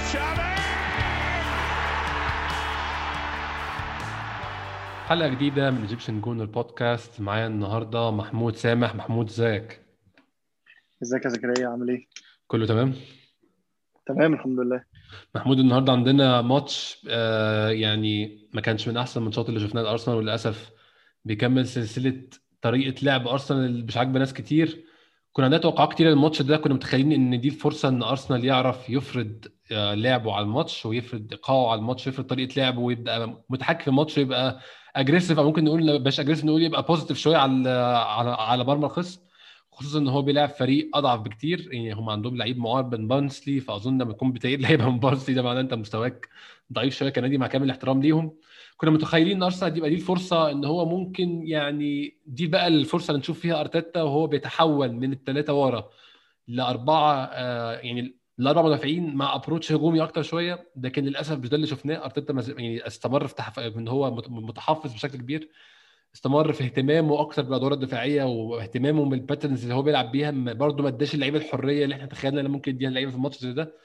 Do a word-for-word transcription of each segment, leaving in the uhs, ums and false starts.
حلقة جديدة من ايجيبشن جونر بودكاست. معايا النهاردة محمود سامح. محمود ازيك؟ ازيك يا زكريا، عامل ايه؟ كله تمام؟ تمام الحمد لله. محمود النهاردة عندنا ماتش آه يعني ما كانش من أحسن الماتشات اللي شفناها الأرسنال، وللأسف بيكمل سلسلة طريقة لعب أرسنال اللي مش عاجبة ناس كتير. كنا عندنا توقعات كتير للماتش ده، كنا متخيلين إن دي الفرصة إن أرسنال يعرف يفرض آه لعبه على الماتش ويفرض إيقاعه على الماتش، يفرض طريقة لعبه ويبقى متحكم في الماتش، ويبقى اجريسيف، او ممكن نقول باش اجريسيف، نقول يبقى بوزيتيف شويه على على على مرمى الخصم، خصوصا ان هو بيلعب فريق اضعف بكتير. يعني هم عندهم لعيب معار من بارنسلي، فاظن لما يكون بتعيد لعيبه من بارنسلي ده معناه انت مستواك ضعيف شويه كنادي، مع كامل الاحترام ليهم. كنا متخيلين ان ارسنال يبقى دي الفرصه، ان هو ممكن يعني دي بقى الفرصه اللي نشوف فيها ارتيتا وهو بيتحول من الثلاثه ورا لاربعه، آه يعني الاربع مدافعين مع ابروتش هجومي اكتر شويه. لكن للاسف مش ده اللي شفناه. ارتيتا يعني استمر في تحف... ان هو متحفظ بشكل كبير، استمر في اهتمامه اكتر بالادوار الدفاعيه واهتمامه من الباترنز اللي هو بيلعب بيها. برضه ما اداش اللعيبه الحريه اللي احنا تخيلنا ان ممكن يديها اللعيبه في الماتش زي ده.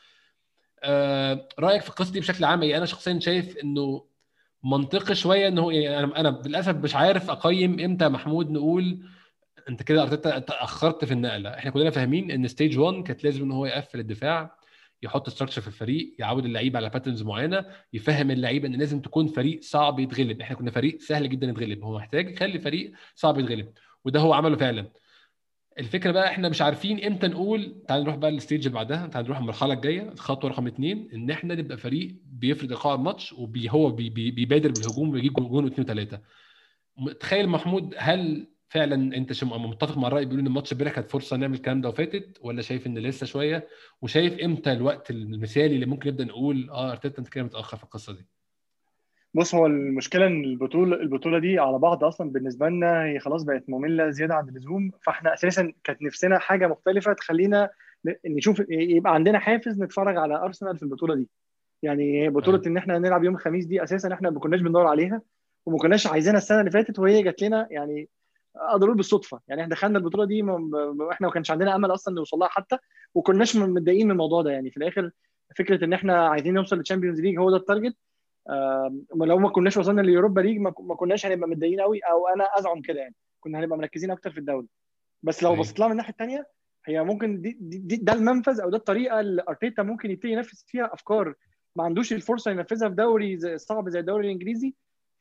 آه رايك في القصه دي بشكل عام ايه؟ انا شخصيا شايف انه منطقي شويه، انه يعني انا انا للاسف مش عارف اقيم امتى محمود نقول انت كده ارتيتا تاخرت في النقله. احنا كلنا فاهمين ان ستيج واحد كانت لازم ان هو يقفل الدفاع، يحط ستراكشر في الفريق، يعود اللعيبه على باترنز معينه، يفهم اللعيبه ان لازم تكون فريق صعب يتغلب. احنا كنا فريق سهل جدا يتغلب، هو محتاج يخلي فريق صعب يتغلب، وده هو عمله فعلا. الفكره بقى احنا مش عارفين امتى نقول تعال نروح بقى للستيج اللي بعدها، تعال نروح المرحله الجايه، الخطوه رقم اتنين، ان احنا نبقى فريق بيفرض ايقاع الماتش، وهو بي بي بيبادر بالهجوم ويجيب جون واثنين وثلاثه. تخيل محمود، هل فعلا انت شم- متفق مع الراي بيقول ان الماتش امبارح كانت فرصه نعمل الكلام ده وفاتت، ولا شايف ان لسه شويه؟ وشايف امتى الوقت المثالي اللي ممكن نبدا نقول اه ارتيتا انت كده متاخر في القصه دي؟ بص، هو المشكله ان البطوله البطوله دي على بعض اصلا بالنسبه لنا هي خلاص بقت ممله زياده عن اللزوم، فاحنا اساسا كانت نفسنا حاجه مختلفه تخلينا ن- نشوف، يبقى عندنا حافز نتفرج على ارسنال في البطوله دي. يعني بطوله أيوة. ان احنا نلعب يوم الخميس دي اساسا احنا ما كناش بندور عليها، وما كناش عايزينها السنه اللي فاتت، وهي جات لنا يعني اقدر اقول بالصدفه. يعني احنا دخلنا البطوله دي م- م- احنا ما كانش عندنا امل اصلا نوصل لها حتى، وكناش متضايقين من الموضوع ده. يعني في الاخر فكره ان احنا عايزين نوصل للتشامبيونز ليج هو ده التارجت. آم، لو ما كناش وصلنا لليوروبا ليج ما ما كناش هنبقى متضايقين قوي، او انا ازعم كده يعني. كنا هنبقى مركزين اكتر في الدوري. بس لو ايوه. بصيت لها من الناحيه الثانيه، هي ممكن دي, دي, دي ده المنفذ او ده الطريقه اللي ارتيتا ممكن يبتدي ينفذ فيها افكار ما عندوش الفرصه ينفذها في دوري زي صعب زي الدوري الانجليزي.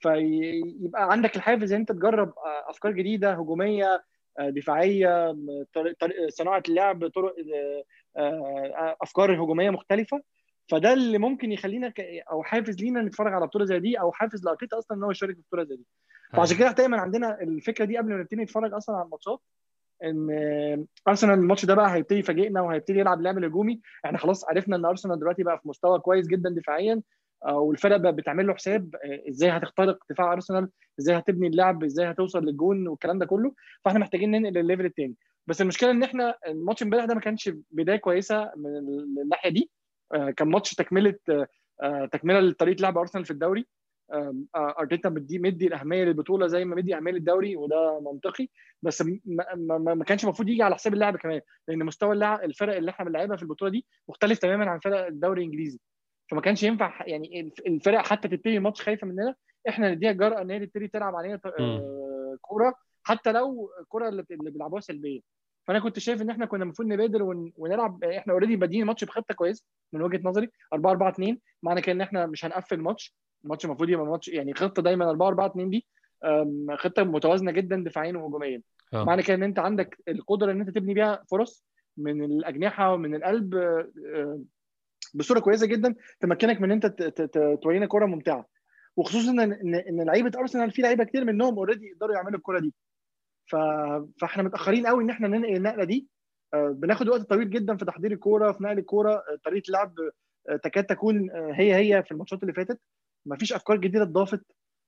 فيبقى عندك الحافز ان انت تجرب آه، افكار جديده هجوميه، آه، دفاعيه، م- طريق طريق- صناعه اللعب، طرق آه، آه، افكار هجوميه مختلفه. فده اللي ممكن يخلينا ك... او حافز لينا نتفرج على بطوله زي دي، او حافز لارتيتا اصلا ان هو يشارك في بطوله زي دي. فعشان ايوه. كده دايما عندنا الفكره دي قبل ما نبتدي نتفرج اصلا على الماتشات، ان ارسنال الماتش ده بقى هيبتدي يفاجئنا وهيبتدي يلعب لعب الهجومي. احنا خلاص عرفنا ان ارسنال دلوقتي بقى في مستوى كويس جدا دفاعيا، آه، والفرق بقى بتعمل له حساب، آه، ازاي هتخترق دفاع ارسنال، ازاي هتبني اللعب، ازاي هتوصل للجون والكلام ده كله. فاحنا محتاجين ننقل للليفل الثاني. بس المشكله ان احنا الماتش امبارح ده ما كانش بدايه كويسه من الناحيه دي. آه، كان ماتش تكمله، آه، آه، تكمله لطريقه لعب ارسنال في الدوري. آم، آه، ارتيتا مدي مدي الاهميه للبطوله زي ما مدي اهميه للدوري، وده منطقي. بس ما, ما, ما كانش المفروض يجي على حساب اللعب كمان، لان مستوى اللعب الفرق اللي احنا بنلعبها في البطوله دي مختلف تماما عن فرق الدوري الانجليزي. فما كانش ينفع يعني الفرق حتى تبتدي الماتش خايفه مننا، احنا نديها الجرأه ان هي تبتدي تلعب علينا امم. آه، كوره، حتى لو الكوره اللي اللي بيلعبوها سلبيه. فانا كنت شايف ان احنا كنا المفروض نبادر ون- ونلعب. احنا اوريدي بادئين الماتش بخطه كويسه من وجهه نظري أربعة أربعة اتنين، معنى كده ان احنا مش هنقفل الماتش. الماتش المفروض يبقى ماتش يعني خطه دايما أربعة أربعة اتنين دي، آم، خطه متوازنه جدا دفاعيا وهجوميا. اه. معنى كده ان انت عندك القدره ان انت تبني بيها فرص من الاجنحه ومن القلب، آه، آه، بصوره كويسه جدا تمكنك من ان انت ت- ت- ت- تورينا كره ممتعه. وخصوصا ان ان إن لعيبه ارسنال في لعيبه كتير منهم اوريدي يقدروا يعملوا الكره دي. ف... فاحنا متاخرين قوي ان احنا ننقل النقله دي. آه، بناخد وقت طويل جدا في تحضير الكوره، في نقل الكوره، آه، طريقه لعب آه، تكاد تكون آه، هي هي في الماتشات اللي فاتت. مفيش افكار جديده اتضافت.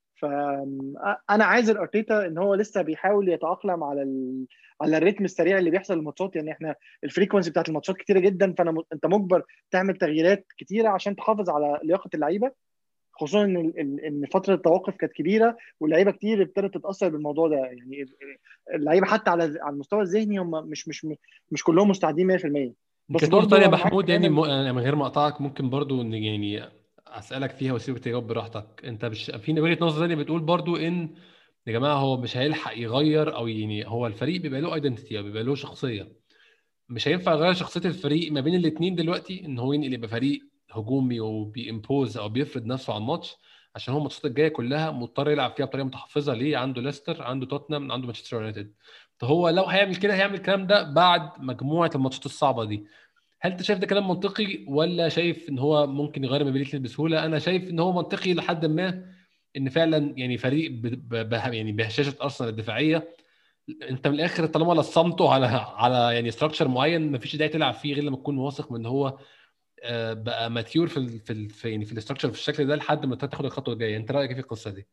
فانا عايز ارتيتا ان هو لسه بيحاول يتاقلم على ال... على الريتم السريع اللي بيحصل الماتشات. يعني احنا الفريكونسي بتاعت الماتشات كتيره جدا، فانا م... انت مجبر تعمل تغييرات كتيره عشان تحافظ على لياقه اللعيبه. خصوصا ان ال- ان فتره التوقف كانت كبيره، واللعيبه كتير ابتدت تتاثر بالموضوع ده. يعني اللعيبه حتى على على المستوى الذهني هم مش مش مش كلهم مستعدين مية في المية. بس كانت نقطة تانية برضو يا انا معاك محمود، يعني م- احيانا. أنا من غير ما أقطعك ممكن برضو إن يعني أسألك فيها وأسيبك تجاوب براحتك. أنت مش في وجهة نظر تانية بتقول برضو إن يا جماعة هو مش هيلحق يغير، أو يعني هو الفريق بيبقى له ايدنتيتي أو بيبقى له شخصية، مش هينفع يغير شخصية الفريق ما بين الاتنين دلوقتي، إن هو ينقل يبقى فريق هجومي وبيمبوز أو بيفرض نفسه على الماتش، عشان هو الماتشات الجاية كلها مضطر يلعب فيها بطريقة متحفظة. ليه؟ عنده ليستر، عنده توتنهام، عنده مانشستر يونايتد. فهو لو هيعمل كده هيعمل الكلام ده بعد مجموعة الماتشات الصعبة دي. هل انت شايف ده كلام منطقي، ولا شايف ان هو ممكن يغير ما بين الاثنين بسهوله؟ انا شايف ان هو منطقي لحد ما، ان فعلا يعني فريق ب... ب... ب... يعني بهشاشه ارسنال الدفاعيه، انت من الاخر طالما لصمته على على يعني ستراكشر معين، مفيش داعي تلعب فيه غير لما تكون واثق من ان هو آه، بقى ماتيور في ال... في ال... في يعني في الاستراكشر في الشكل ده لحد ما تاخد الخطوه الجايه. انت رايك ايه في القصه دي؟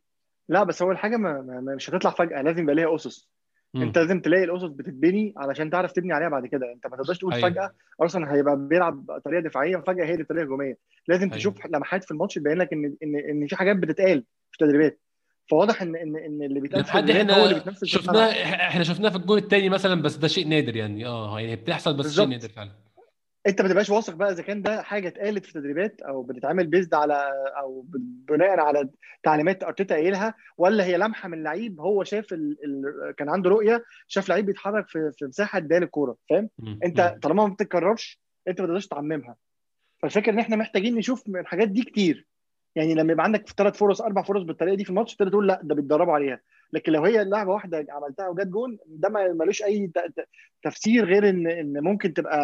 لا بس هو الحاجه ما ما ما- مش هتطلع فجاه، لازم يبقى ليها اسس. انت امم. لازم تلاقي الاسس بتتبني علشان تعرف تبني عليها بعد كده. انت ما تقدرش تقول ايوه. فجاه ارسنال هيبقى بيلعب طريقه دفاعيه فجاه هي دي طريقه هجوميه. لازم ايوه. تشوف لمحات في الماتش تبين لك ان ان ان في حاجات بتتقال في التدريبات. فواضح ان ان ان اللي بيتقال في لحد التدريبات هو اللي احنا بيتنفذ في شفناه، الملعب. احنا شفناه في الجون الثاني مثلا، بس ده شيء نادر يعني، اه يعني بتحصل بس شيء نادر بالظبط. فعلا. انت ما تبقاش واثق بقى اذا كان ده حاجه اتقالت في تدريبات او بتتعمل بيزد على او بناء على تعليمات ارتيتا قايلها، ولا هي لمحه من لعيب هو شاف ال... ال... كان عنده رؤيه، شاف لعيب بيتحرك في في مساحه اداله الكوره، فاهم؟ انت امم. طالما ما بتتكررش انت ما تقدرش تعممها. فالفكره ان احنا محتاجين نشوف من الحاجات دي كتير. يعني لما يبقى عندك ثلاث فرص اربع فرص بالطريقه دي في الماتش تقدر تقول لا ده بيتدربوا عليها. لكن لو هي لعبه واحده عملتها وجت جون ده ما- ملوش اي ت- ت- تفسير غير ان ان ممكن تبقى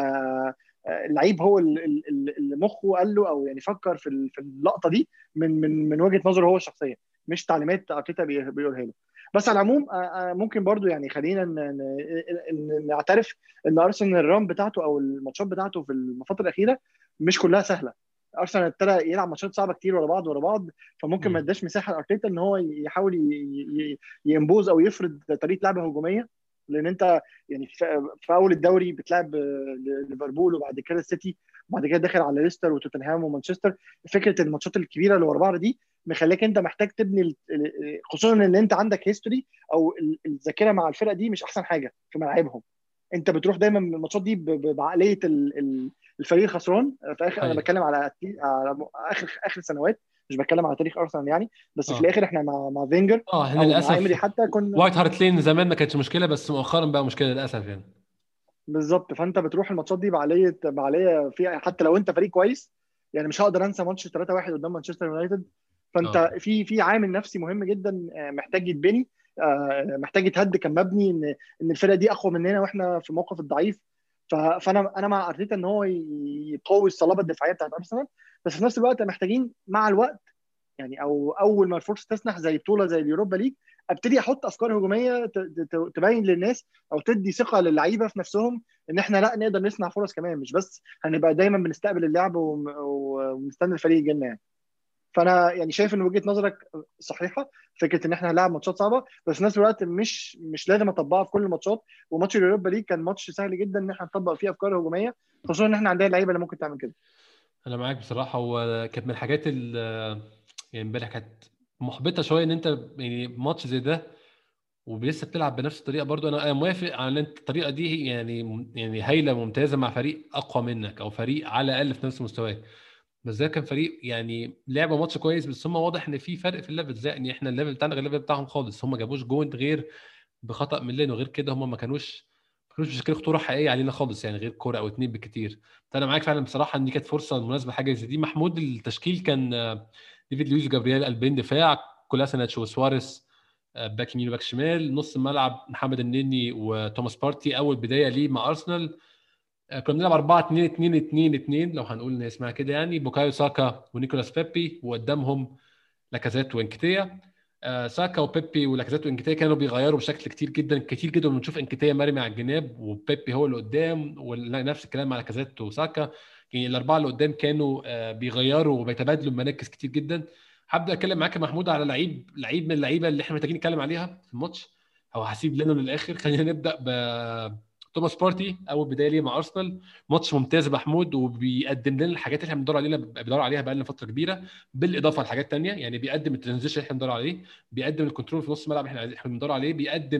آه، اللعيب هو ال- ال- ال- اللي مخه قال له او يعني فكر في ال- في اللقطه دي من من من وجهه نظره هو الشخصيه، مش تعليمات ارتيتا بي- بيقولها له. بس على العموم آه، آه، ممكن برضو يعني خلينا ن- ن- ن- نعترف ان ارسنال الرام بتاعته او الماتشات بتاعته في الفتره الاخيره مش كلها سهله. ارسنال ابتدى يلعب ماتشات صعبه كتير ورا بعض ورا بعض، فممكن ما امم. اداش مساحه لارتيتا ان هو يحاول ي- ي- ينبوز او يفرض طريقه لعب هجوميه. لان انت يعني في في اول الدوري بتلعب ليفربول وبعد كده السيتي وبعد كده داخل على ليستر وتوتنهام ومانشستر. فكره الماتشات الكبيره اللي ورا بعض دي مخليك انت محتاج تبني ال- ال- خصوصا ان انت عندك هيستوري او ال- الذاكره مع الفرقه دي مش احسن حاجه في ملاعبهم. انت بتروح دايما من الماتشات دي ب- ب- بعقليه ال- ال- الفريق الخسران في اخر. انا ايوه. بتكلم على على اخر اخر سنوات، مش بتكلم على تاريخ ارسنال يعني. بس في اه. الاخر احنا مع مع فينجر اه احنا او مع للاسف ايمري حتى كنا. وايت هارت لين زمان ما كانتش مشكله، بس مؤخرا بقى مشكله للاسف يعني. بالظبط. فانت بتروح الماتشات دي بعقليه بعقليه في حتى لو انت فريق كويس. يعني مش هقدر انسى ماتش ثلاثة واحد قدام مانشستر يونايتد. اه. فانت في في عامل نفسي مهم جدا آه، محتاج يتبني. آه، محتاج يتهد كان مبني ان ان الفرقه دي اقوى مننا واحنا في الموقف الضعيف. ف- فانا انا مع ارتيتا ان هو ي- يقوي الصلابه الدفاعيه بتاعت ارسنال. بس في نفس الوقت محتاجين مع الوقت يعني او اول ما الفرصه تسنح زي بطوله زي اليوروبا ليج ابتدي احط افكار هجوميه ت- ت- تبين للناس او تدي ثقه للعيبه في نفسهم ان احنا لا نقدر نصنع فرص كمان، مش بس هنبقى دايما بنستقبل اللعب وم- ومستني الفريق يجي لنا يعني. فانا يعني شايف ان وجهه نظرك صحيحه، فكره ان احنا هنلعب ماتشات صعبه بس في نفس الوقت مش مش لازم اطبقها في كل الماتشات. وماتش اليوروبا ليج كان ماتش سهل جدا ان احنا نطبق فيه افكار هجوميه، خصوصا ان احنا عندنا لعيبه اللي ممكن تعمل كده. انا معاك بصراحه. وكانت من الحاجات ال يعني امبارح كانت محبطه شويه، ان انت يعني ماتش زي ده ولسه بتلعب بنفس الطريقه. برضو انا أنا موافق على ان انت الطريقه دي يعني يعني هايله ممتازه مع فريق اقوى منك او فريق على الاقل في نفس مستواك. بس ده كان فريق يعني لعبه ماتش كويس، بس هم واضح ان في فرق في الليفل، زي ان احنا الليفل بتاعنا غير الليفل بتاعهم خالص. هم ما جابوش جون غير بخطأ من لين، وغير كده هم ما كانوش ما كانوش بيشكلوا خطوره حقيقيه علينا خالص، يعني غير كوره او اتنين بالكتير. فانا معاك فعلا بصراحه ان دي كانت فرصه مناسبه حاجه زي دي. محمود التشكيل كان آه، ديفيد لويس وجابرييل قلبين دفاع، كولاسيناتش وسواريز آه، باك يمين وباك شمال، نص الملعب محمد النني وتوماس بارتي اول بدايه ليه مع ارسنال. آه، كنا بنلعب اربعة اتنين اتنين اتنين اتنين لو هنقول ان اسمها كده، يعني بوكايو ساكا ونيكولاس بيبي، وقدامهم لاكازيت وانكتيا. آه، ساكا وبيبي ولاكازيت وانكتيا كانوا بيغيروا بشكل كتير جدا كتير جدا. بنشوف انكتيا مرمي على الجناب وبيبي هو اللي قدام، ونفس الكلام مع لاكازيت وساكا. يعني الاربعه اللي قدام كانوا آه، بيغيروا وبيتبادلوا المراكز كتير جدا. هبدا اتكلم معاك يا محمود على لعيب لعيب من اللعيبه اللي احنا محتاجين نتكلم عليها في الماتش، او هسيب لينو للاخر. خلينا نبدا ب توماس بارتي اول بدايه ليه مع ارسنال. ماتش ممتاز يا محمود، وبيقدم لنا الحاجات اللي احنا بندور عليها بندور عليها بقى لنا فتره كبيره، بالاضافه لحاجات تانية. يعني بيقدم الترانزيشن اللي احنا بندور عليه، بيقدم الكنترول في نص الملعب اللي احنا احنا بندور عليه، بيقدم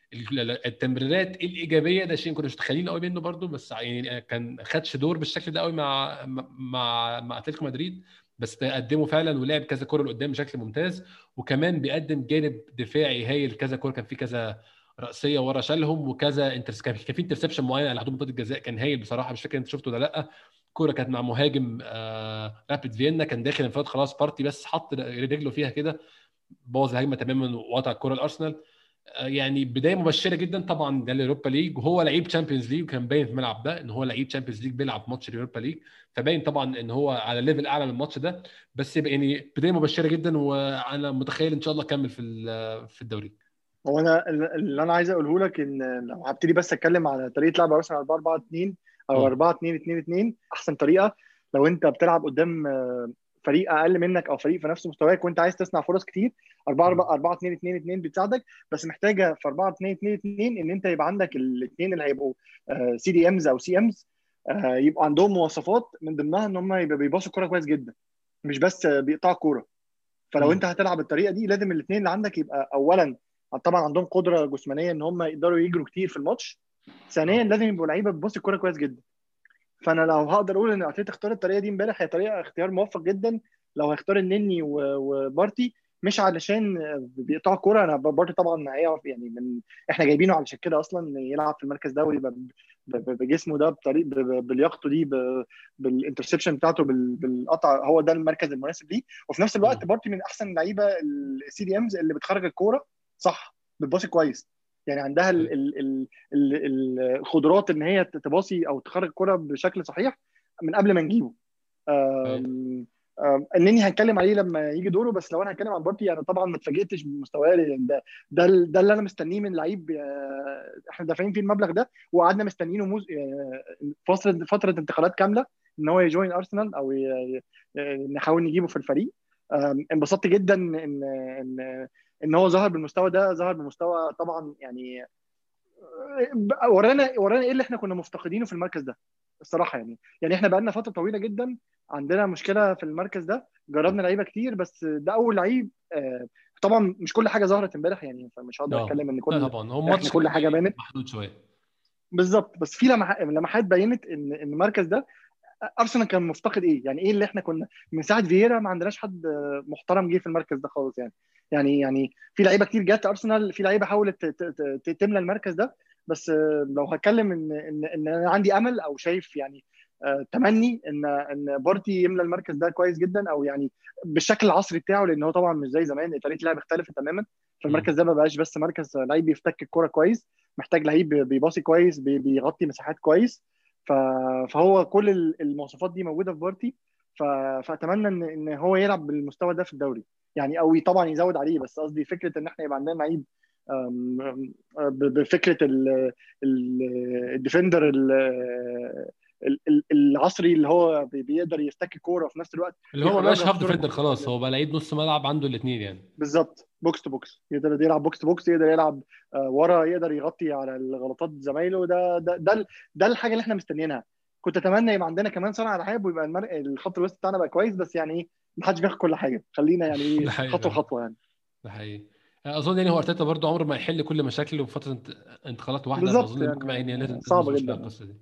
التمريرات الايجابيه ده شيء كنا مش متخيلين قوي منه برده، بس يعني كان خدش دور بالشكل ده قوي مع مع مع اتلتيكو مدريد، بس قدمه فعلا ولعب كذا كوره لقدام بشكل ممتاز، وكمان بيقدم جانب دفاعي هايل، كذا كوره كان في كذا رأسيه ورا شالهم، وكذا انترس كان في انترسبشن معين على حدود منطقه الجزاء كان هايل بصراحه، مش فاكر انت شفته ولا لا. كوره كانت مع مهاجم آه رابيد فيينا، كان داخل انفراد خلاص بارتي بس حط رجله فيها كده بوظ الهجمه تماما وقطع الكوره الارسنال. آه يعني بدايه مبشره جدا طبعا، ده اليوروبا ليج وهو لعيب تشامبيونز ليج، وكان باين في الملعب ده ان هو لعيب تشامبيونز ليج بيلعب ماتش اليوروبا ليج، فباين طبعا ان هو على ليفل اعلى من الماتش ده. بس يعني بدايه مبشره جدا، وانا متخيل ان شاء الله اكمل في في الدوري. هو انا اللي انا عايز اقوله لك ان لو هبتدي بس اتكلم على طريقه لعب ارسنال أربعة أربعة اتنين او اه أربعة اتنين اتنين اتنين، احسن طريقه لو انت بتلعب قدام آه، فريق اقل منك او فريق في نفس مستواك وانت عايز تصنع فرص كتير. أربعة أربعة اتنين اتنين اتنين بتساعدك، بس محتاجه في أربعة اتنين اتنين اتنين ان انت يبقى عندك الاثنين اللي هيبقوا سي دي امز او سي امز، يبقى عندهم مواصفات من ضمنها ان هم يبقى بيباصوا الكوره كويس جدا، مش بس آه، بيقطعوا الكوره. فلو انت امم هتلعب الطريقه دي لازم الاثنين اللي عندك يبقى اولا طبعا عندهم قدره جسمانيه ان هم يقدروا يجروا كتير في الماتش، ثانيا لازم يبقوا لعيبه بتبص الكوره كويس جدا. فانا لو هقدر اقول ان ارتيتا اختار الطريقه دي امبارح، هي طريقه اختيار موفق جدا. لو هيختار النني و- وبارتي مش علشان بيقطعوا كوره، انا بارتي طبعا هيعرف يعني من احنا جايبينه علشان كده اصلا يلعب في المركز ده ويبقى ب- ب- بجسمه ده بطريق ب- ب- بلياقته دي ب- بالانترسبشن بتاعته بال- بالقطع، هو ده المركز المناسب ليه. وفي نفس الوقت امم بارتي من احسن اللعيبه السي دي امز اللي بتخرج الكوره صح، بتباصي كويس، يعني عندها ال ال ال ال ال- القدرات ان هي تباصي او تخرج الكوره بشكل صحيح من قبل ما نجيبه. آم، آم، انني هنتكلم عليه لما يجي دوره، بس لو انا هتكلم عن بارتي انا طبعا ما اتفاجئتش بمستواه، لان ده ده ال- ده اللي انا مستنيه من لعيب آه، احنا دافعين فيه المبلغ ده وقعدنا مستنيينه موز... آه، فتره فتره انتقالات كامله ان هو يجوين ارسنال او ي... ي- نحاول نجيبه في الفريق. آم، انبسطت جدا ان ان ان هو ظهر بالمستوى ده، ظهر بمستوى طبعا يعني آه، ورانا ورانا ايه اللي احنا كنا مفتقدينه في المركز ده الصراحه. يعني يعني احنا بقالنا فتره طويله جدا عندنا مشكله في المركز ده، جربنا لعيبه كتير بس ده اول لعيب. آه، طبعا مش كل حاجه ظهرت امبارح يعني، فمش هقدر اه اتكلم ان لا كل طبعا هو احنا الماتش كل كان حاجه يعني بانت محدود شويه. بالظبط، بس في لمح- لمحات بينت ان ان المركز ده ارسنال كان مفتقد ايه، يعني ايه اللي احنا كنا من ساعه فييرا ما عندناش حد محترم جه في المركز ده خالص يعني. يعني يعني في لعيبه كتير جت ارسنال، في لعيبه حاولت ت- ت- ت- تملى المركز ده، بس آه، لو هتكلم ان ان ان انا عندي امل او شايف يعني آه، تمني ان ان بارتي يملى المركز ده كويس جدا، او يعني بالشكل العصري بتاعه، لان هو طبعا مش زي زمان، طريقه اللعب اختلفت تماما. فالمركز امم ده ما بقاش بس مركز لعيب بيفتك الكوره كويس، محتاج لعيب بيباصي كويس، بي- بيغطي مساحات كويس. ف- فهو كل ال- المواصفات دي موجوده في بارتي. ف- فاتمنى ان ان هو يلعب بالمستوى ده في الدوري يعني، او طبعا يزود عليه، بس قصدي فكره ان احنا يبقى عندنا لعيب أم، أم، ب- بفكره ال- ال- الديفندر ال- ال- ال- العصري اللي هو بي- بيقدر يفتك الكوره وفي نفس الوقت اللي هو ماشي يخرجها هاف بصوره ديفندر كويسه خلاص، جدا. هو بقى لعيب نص ملعب عنده الاثنين يعني. بالظبط، بوكس تو بوكس، يقدر يلعب بوكس تو بوكس، يقدر يلعب آه، ورا، يقدر يغطي على الغلطات زمايله. ده ده ده, ده الحاجه اللي احنا مستنيينها. كنت اتمنى يبقى عندنا كمان صانع العاب ويبقى المر... الخط الوسط بتاعنا بقى كويس، بس يعني ايه، ما حدش بياخد كل حاجه، خلينا يعني ايه ده حقيقي خطوه فعلا. خطوه يعني. ده حقيقي. اظن يعني هو ارتيتا برضه عمره ما يحل كل مشاكله في فتره انت- انتقالات واحده، بالظبط فاظن يعني ممكن يعني لازم لازم صعبه نصبر شويه على جدا. القصه دي.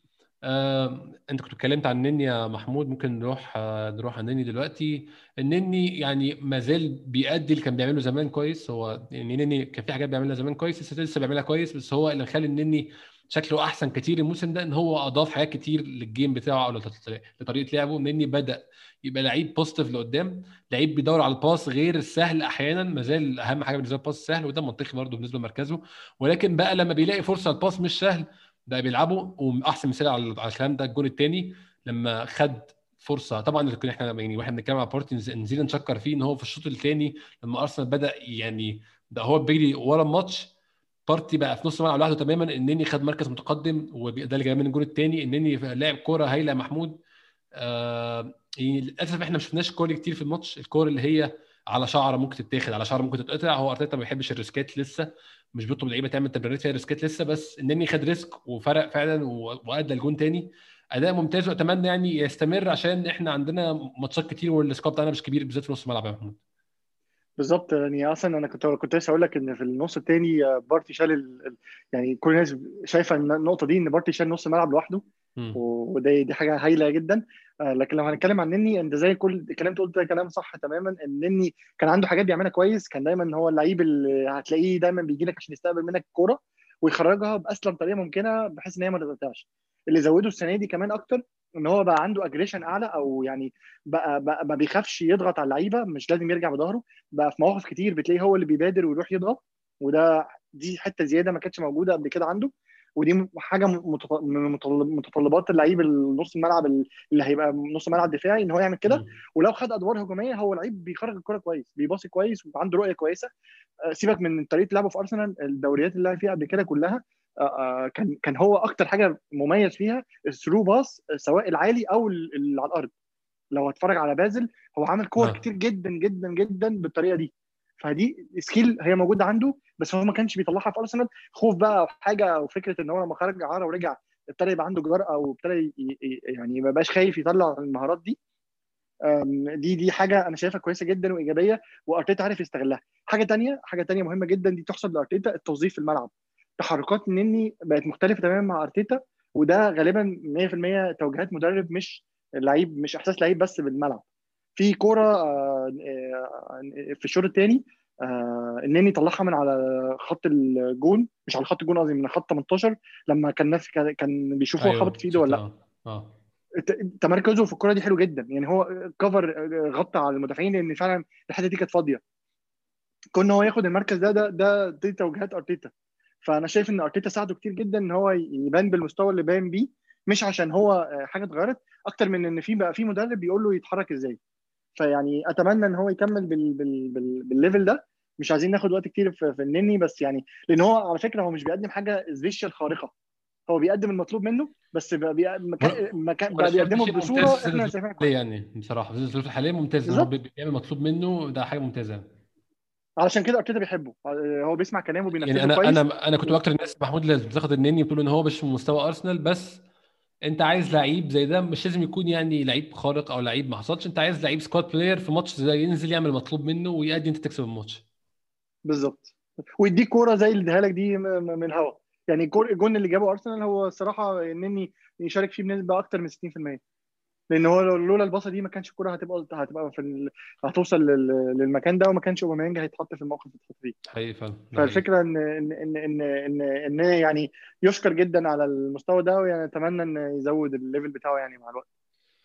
آه، انت كنت اتكلمت عن النني يا محمود، ممكن نروح آه، نروح عن النني دلوقتي. النني يعني ما زال بيأدي اللي كان بيعمله زمان كويس، هو يعني النني كان في حاجات بيعملها زمان كويس، لسه لسه بيعملها كويس، بس هو اللي خلى النني شكله احسن كتير الموسم ده ان هو اضاف حاجات كتير للجيم بتاعه او لط- لطريقه لعبه. النني بدأ يبقى لعيب بوزيتيف لقدام، لعيب بيدور على الباس غير السهل احيانا، ما زال اهم حاجه بالنسبه للباس السهل، وده منطقي برضه بالنسبه لمركزه. ولكن بقى لما بيلاقي فرصه الباس مش سهل ده بيلعبوا. واحسن مثال على على الكلام ده الجون الثاني لما خد فرصه، طبعا اللي كنا احنا يعني واحنا بنتكلم على بارتي نز- نزيد نشكر فيه ان هو في الشوط الثاني لما ارسنال بدا يعني ده هو بيجري ورا الماتش، بارتي بقى في نص الملعب لوحده تماما، انني خد مركز متقدم، وده اللي جاي من الجون الثاني، انني لاعب كوره هايله محمود. آه يعني للاسف احنا ما شفناش كور كتير في الماتش، الكور اللي هي على شعره ممكن تتاخد، على شعره ممكن تتقطع، هو ارتيتا ما بيحبش الريسكات لسه، مش بيطلب لعيبه تعمل تمريرات فيها ريسكات لسه، بس انني خد ريسك وفرق فعلا و- وادى الجون تاني. اداء ممتاز، واتمنى يعني يستمر عشان احنا عندنا ماتشات كتير والسكواد بتاعنا مش كبير بالذات في نص الملعب يا محمود. بالظبط. يعني اصلا انا كنت كنت لسه اقول لك ان في النص الثاني بارتي شال ال... ال- يعني كل الناس شايفه ان النقطه دي ان بارتي شال نص الملعب لوحده، مم. و- ودي دي حاجه هايله جدا. آه، لكن لو هنتكلم عن نني، انت زي كل الكلام اللي قلت ده كلام صح تماما، ان نني كان عنده حاجات بيعملها كويس. كان دايما هو اللعيب اللي هتلاقيه دايما بيجي لك عشان يستقبل منك الكوره ويخرجها باسلم طريقه ممكنه بحيث ان هي ما تتقطعش. اللي زوده السنه دي كمان اكتر ان هو بقى عنده اجريشن اعلى، او يعني بقى, بقى ما بيخافش يضغط على اللعيبه، مش لازم يرجع بظهره. بقى في مواقف كتير بتلاقيه هو اللي بيبادر ويروح يضغط، وده دي حته زياده ما كانتش موجوده قبل كده عنده. ودي حاجه متط- من متطلب- متطلبات اللعيب النص الملعب اللي هيبقى نص ملعب دفاعي، ان هو يعمل كده. مم. ولو خد ادوار هجوميه، هو لعيب بيخرج الكره كويس، بيباصي كويس وعنده رؤيه كويسه. آه، سيبك من طريقه لعبه في ارسنال، الدوريات اللي لعب فيها قبل كده كلها آه، آه، كان كان هو اكتر حاجه مميز فيها الثرو باص، سواء العالي او ال- اللي على الارض. لو هتفرج على بازل، هو عامل كور اه. كتير جدا جدا جدا بالطريقه دي. فدي سكيل هي موجوده عنده، بس هو ما كانش بيطلعها في ارسنال، خوف بقى او حاجه، او فكره ان هو لما خرج اعاره ورجع ابتدى يبقى عنده جرأه، وابتدى ي- ي- يعني ما بقاش خايف يطلع المهارات دي. أم، دي دي حاجه انا شايفها كويسه جدا وايجابيه، وارتيتا عارف يستغلها. حاجه تانية حاجه تانية مهمه جدا دي تحسب لارتيتا، التوظيف في الملعب. تحركات نني بقت مختلفه تماما مع ارتيتا، وده غالبا مية في المية توجيهات مدرب، مش لعيب، مش احساس لعيب بس بالملعب. في كوره آه، آه، في الشوط الثاني النني طلعها من على خط الجون، مش على خط الجون قصدي، من خط تمنتاشر، لما كان الناس كان كان بيشوفوا خبط ايوه في ايده ولا لا. شفتها. اه. ت- تمركزه في الكوره دي حلو جدا، يعني هو كفر، غطى على المدافعين لان فعلا الحته دي كانت فاضيه. كون هو ياخد المركز ده ده ده دي توجيهات ارتيتا. فانا شايف ان ارتيتا ساعده كتير جدا ان هو يبان بالمستوى اللي باين بيه، مش عشان هو حاجه اتغيرت، اكتر من ان في بقى في مدرب بيقول له يتحرك ازاي. فيعني اتمنى ان هو يكمل بال بال بال بالليفل ده. مش عايزين ناخد وقت كتير في, في النني، بس يعني لان هو على فكره هو مش بيقدم حاجه سبيشال خارقه، هو بيقدم المطلوب منه، بس بقى, بي... مكا... مكا... وانا بقى شايف ده بيقدمه شيء ممتاز في بصوره سن احنا الظروف شايفينها الحاليه، كويس. يعني بصراحه في سن الظروف الحاليه ممتاز ان هو بي- بالظبط. بيعمل مطلوب منه، ده حاجه ممتازه. علشان كده ارتيتا بيحبه، هو بيسمع كلامه يعني وبينفذه انا كويس. انا انا كنت من اكتر الناس محمود اللي بتاخد النني بتقول ان هو مش في مستوى ارسنال، بس انت عايز لعيب زي ده مش لازم يكون يعني لعيب خارق او لعيب ما حصلش، انت عايز لعيب سكواد بلاير في ماتش زي ينزل يعمل مطلوب منه ويأدي انت تكسب الماتش. بالظبط. ويديك كوره زي اللي اديها لك دي م- م- من الهوا. يعني الجول الجون اللي جابه ارسنال هو الصراحه انني يشارك فيه بنسبه اكتر من ستين في المية، لان هو لو- لولا الباصه دي ما كانش الكوره هتبقى هتبقى في ال... هتوصل لل... للمكان ده، وما كانش اوباميانج هيتحط في الموقف اللي اتحط فيه. حقيقي فعلا، ده حقيقي. فالفكره ان ان ان ان ان, إن يعني يشكر جدا على المستوى ده، ويعني اتمنى ان يزود الليفل بتاعه يعني مع الوقت.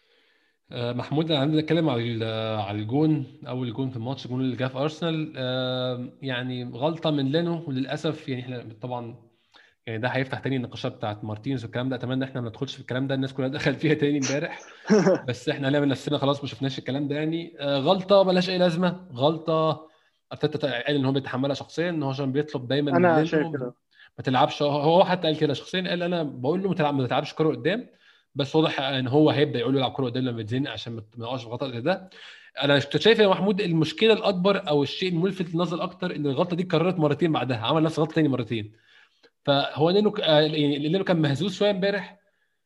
آه، محمود انا عندي اتكلم على ال- على الجون، اول جون في الماتش، الجون اللي جه في ارسنال. آه، يعني غلطه من لينو وللاسف، يعني احنا طبعا يعني ده هيفتح تاني النقاشات بتاعت مارتينز والكلام ده، اتمنى احنا ما ندخلش في الكلام ده، الناس كلها دخلت فيها تاني امبارح. بس احنا هنعمل نفسنا خلاص ما شفناش الكلام ده يعني. آه، غلطه ملهاش اي لازمه، غلطه ارتيتا قال ان هو بيتحملها شخصيا، ان هو عشان بيطلب دايما من انا شايف لينو كده. ما تلعبش. هو هو حتى قال كده شخصيا، قال انا بقول له ما تلعب- ما تلعبش كوره قدام، بس واضح ان هو هيبدا يقول له العب كوره قدام لما يتزنق عشان ما ما يقعش في غلطه زي ده. انا كنت شايف يا محمود المشكله الاكبر او الشيء الملفت للنظر اكتر ان الغلطه دي اتكررت مرتين بعدها، عمل نفس الغلطه تاني مرتين. فهو لينو ك- آه، يعني لينو كان مهزوز شويه امبارح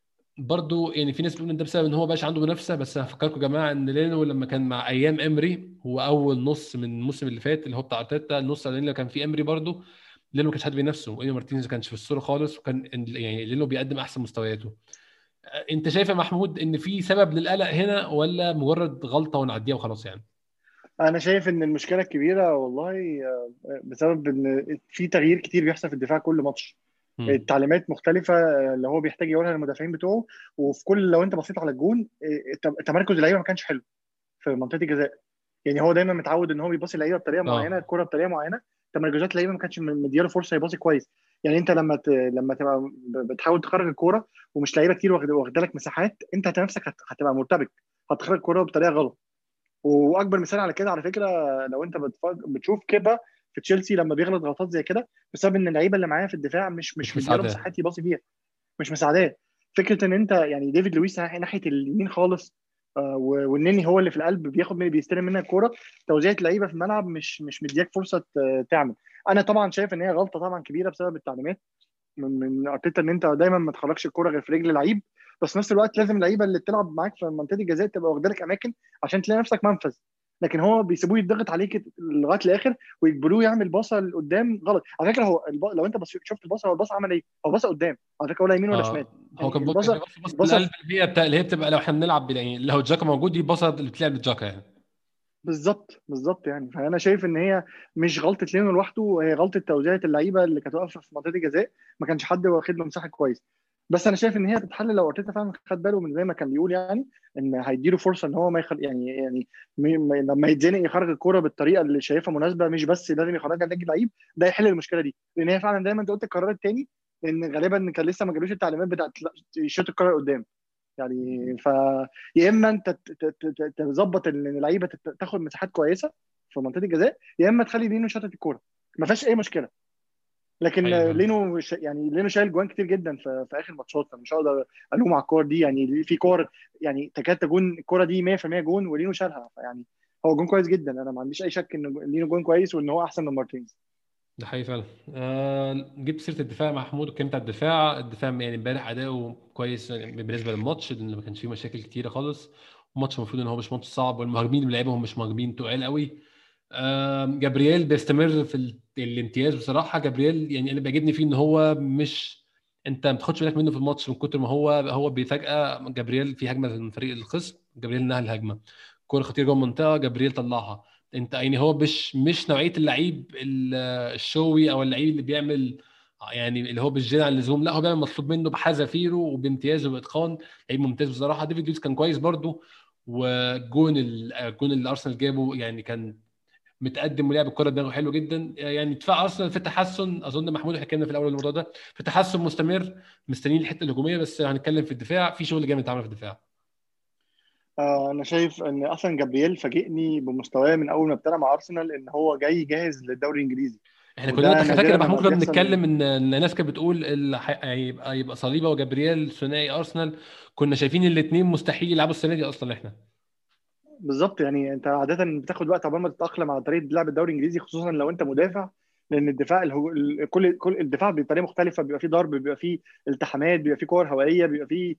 برضو. يعني في ناس بتقول ان ده بسبب ان هو بقاش عنده منافسه، بس هفكركم يا جماعه ان لينو لما كان مع ايام امري، هو اول نص من الموسم اللي فات اللي هو بتاع ارتيتا، النص الاولاني اللي كان فيه امري برضو لينو ما كانش حد بينافسه، وايمي مارتينيز ما كانش في الصوره خالص، وكان يعني لينو بيقدم احسن مستوياته. انت شايف يا محمود ان في سبب للقلق هنا ولا مجرد غلطه ونعديها وخلاص يعني؟ انا شايف ان المشكله الكبيره والله آه، بسبب ان في تغيير كتير بيحصل في الدفاع كل ماتش. امم. التعليمات مختلفه آه، اللي هو بيحتاج يقولها للمدافعين بتوعه. وفي كل، لو انت بصيت على الجون، آه، الت- تمركز اللعيبه ما كانش حلو في منطقه الجزاء. يعني هو دايما متعود ان هو بيباصي اللعيبه بطريقه معينه، اه. الكره بطريقه معينه. تمركزات اللعيبه ما كانتش مدياله فرصه يباصي كويس. يعني انت لما ت... لما تبقى ب- بتحاول تخرج الكوره ومش لعيبه كتير واخد- واخده لك مساحات، انت نفسك هت... هتبقى مرتبك، هتخرج الكوره بطريقه غلط. واكبر مثال على كده على فكره، لو انت بتفرج بتشوف كيبا في تشيلسي لما بيغلط غلطات زي كده، بسبب ان اللعيبه اللي معاه في الدفاع مش مش مش مدياله مساعده. مساحات يباصي فيها، مش مساعداه. فكره ان انت يعني ديفيد لويس ناحيه ناحية اليمين خالص، آه، و- والنني هو اللي في القلب بياخد من بيستلم منك الكوره. توزيع اللعيبه في الملعب مش مش مدياك فرصه ت- تعمل. انا طبعا شايف ان هي غلطه طبعا كبيره بسبب التعليمات من من ارتيتا ان انت دايما ما تخرجش الكوره غير في رجل لعيب. بس في نفس الوقت لازم اللعيبه اللي بتلعب معاك في منطقه الجزاء تبقى واخده لك اماكن عشان تلاقي نفسك منفذ. لكن هو بيسيبوه يضغط عليك لغايه الاخر ويجبروه يعمل باصه لقدام غلط. على فكره هو الب... لو انت بس شفت الباصه، هو الباصه عمل ايه؟ هو باصه قدام على فكره، ولا يمين ولا شمال. اه هو يعني كان بص يعني الباصه بص بص الباصه القلب اللي هي بتاع اللي هي بتبقى لو احنا بنلعب بال- يعني لو جاكا موجود دي بصه اللي بتلعب للجاكا يعني. بالظبط بالظبط يعني. فانا شايف ان هي مش غلطه لينو لوحده، هي غلطه توزيع اللعيبه اللي كانت واقفه في منطقه الجزاء، ما كانش حد واخد له مساحه كويس. بس انا شايف ان هي تتحل لو ارتيتا فعلا خد باله من زي ما كان بيقول، يعني ان هيديله فرصه ان هو ما يخل يعني يعني م- م- لما يتزنق يخرج الكوره بالطريقه اللي شايفها مناسبه، مش بس لازم يخرجها نادي لعيب. ده يحل المشكله دي، لان هي فعلا زي ما انت قلت القرار الثاني، لان غالبا كان لسه ما جالوش التعليمات بتاعت لا، يشوط الكوره قدام يعني. ف يا اما انت ت- ت- ت- تظبط ان اللعيبه تت- تاخد مساحات كويسه في منطقه الجزاء، يا اما تخلي لينو شاطط الكوره، ما فيهاش اي مشكله. لكن ايوه فاهم. لينو ش... يعني لينو شايل جوان كتير جدا في, في اخر ماتشات، فمش هقدر الوم على الكور دي. يعني في كور يعني تكاد تكون الكوره دي مية في المية جون ولينو شالها، فيعني هو جون كويس جدا. انا ما عنديش اي شك ان لينو جون كويس وان هو احسن من مارتينز. ده حقيقي فعلا. آه جبت سيره الدفاع محمود واتكلمت على الدفاع الدفاع يعني امبارح اداؤه كويس يعني بالنسبه للماتش لان ما كانش فيه مشاكل كتيره خالص. الماتش المفروض ان هو مش ماتش صعب والمهاجمين اللي لعبهم مش مهاجمين تقال قوي. آه جابرييل بيستمر في ال- الامتياز بصراحه. جابرييل يعني اللي بيعجبني فيه ان هو مش انت ما بتاخدش بالك منه في الماتش من كتر ما هو هو بيفاجئ. جابرييل في هجمه من فريق الخصم جابرييل نهى الهجمه، كوره خطيره جوه المنطقه جابرييل طلعها. انت يعني هو مش مش نوعيه اللعيب ال- الشوي او اللعيب اللي بيعمل يعني اللي هو بالزياده عن اللزوم، لا هو بيعمل مطلوب منه بحذافيره وبامتياز وباتقان. لعيب ممتاز بصراحه. ديفيد لويس كان كويس برضو. والجون ال- الجون اللي ارسنال جابه يعني كان متقدم ولعب الكره دماغه حلو جدا. يعني دفاع ارسنال في تحسن اظن محمود احنا اتكلمنا في الاول الموضوع ده في تحسن مستمر. مستنيين الحته الهجوميه بس هنتكلم في الدفاع في شغل جامد اتعمل في الدفاع. آه انا شايف ان اصلا جابرييل فاجئني بمستواه من اول ما ابتدى مع ارسنال، ان هو جاي جاهز للدوري الانجليزي، احنا كلنا وده تخ- فاكر نادرا يا محمود لما كنا بيحصل. بنتكلم ان ان الناس كانت بتقول ال- ح- هيبقى يبقى صليبه وجابرييل ثنائي ارسنال. كنا شايفين الاثنين مستحيل يلعبوا السنه دي اصلا احنا. بالظبط يعني. انت عاده بتاخد وقت عقبال ما تتاقلم على طريقه لعب الدوري الانجليزي، خصوصا لو انت مدافع، لان الدفاع الهو... ال- كل كل الدفاع بطريقه مختلفه، بيبقى فيه ضرب، بيبقى فيه التحامات، بيبقى فيه كور هوائيه، بيبقى فيه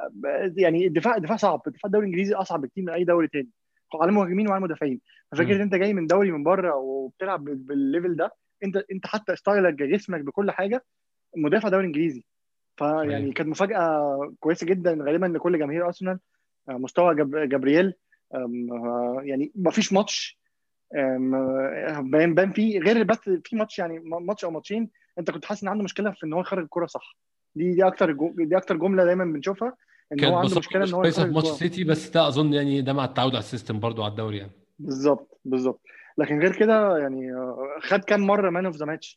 يعني الدفاع الدفاع صعب. الدفاع الدوري الانجليزي اصعب بكتير من اي دوري تاني على المهاجمين وعلى المدافعين. ففكره امم انت جاي من دوري من بره وبتلعب بال- بالليفل ده، انت انت حتى ستايلك جسمك بكل حاجه مدافع دوري انجليزي. ايوه فيعني كانت مفاجاه كويسه جدا غالبا لكل جماهير ارسنال. آه، مستوى جب- جابرييل، آم، آه، يعني ما فيش ماتش آم، آه، بان بان فيه غير بس في ماتش، يعني ماتش او ماتشين انت كنت حاسس ان عنده مشكله في ان هو يخرج الكوره صح. دي دي اكتر جو- دي اكتر جمله دايما بنشوفها، ان هو كانت عنده بساطته مشكله ان مش هو كويسه يخرج في ماتش الكوره. سيتي بس ده اظن يعني ده مع التعود على السيستم برضو على الدوري يعني. بالظبط بالظبط. لكن غير كده يعني آه، خد كام مره مان اوف ذا ماتش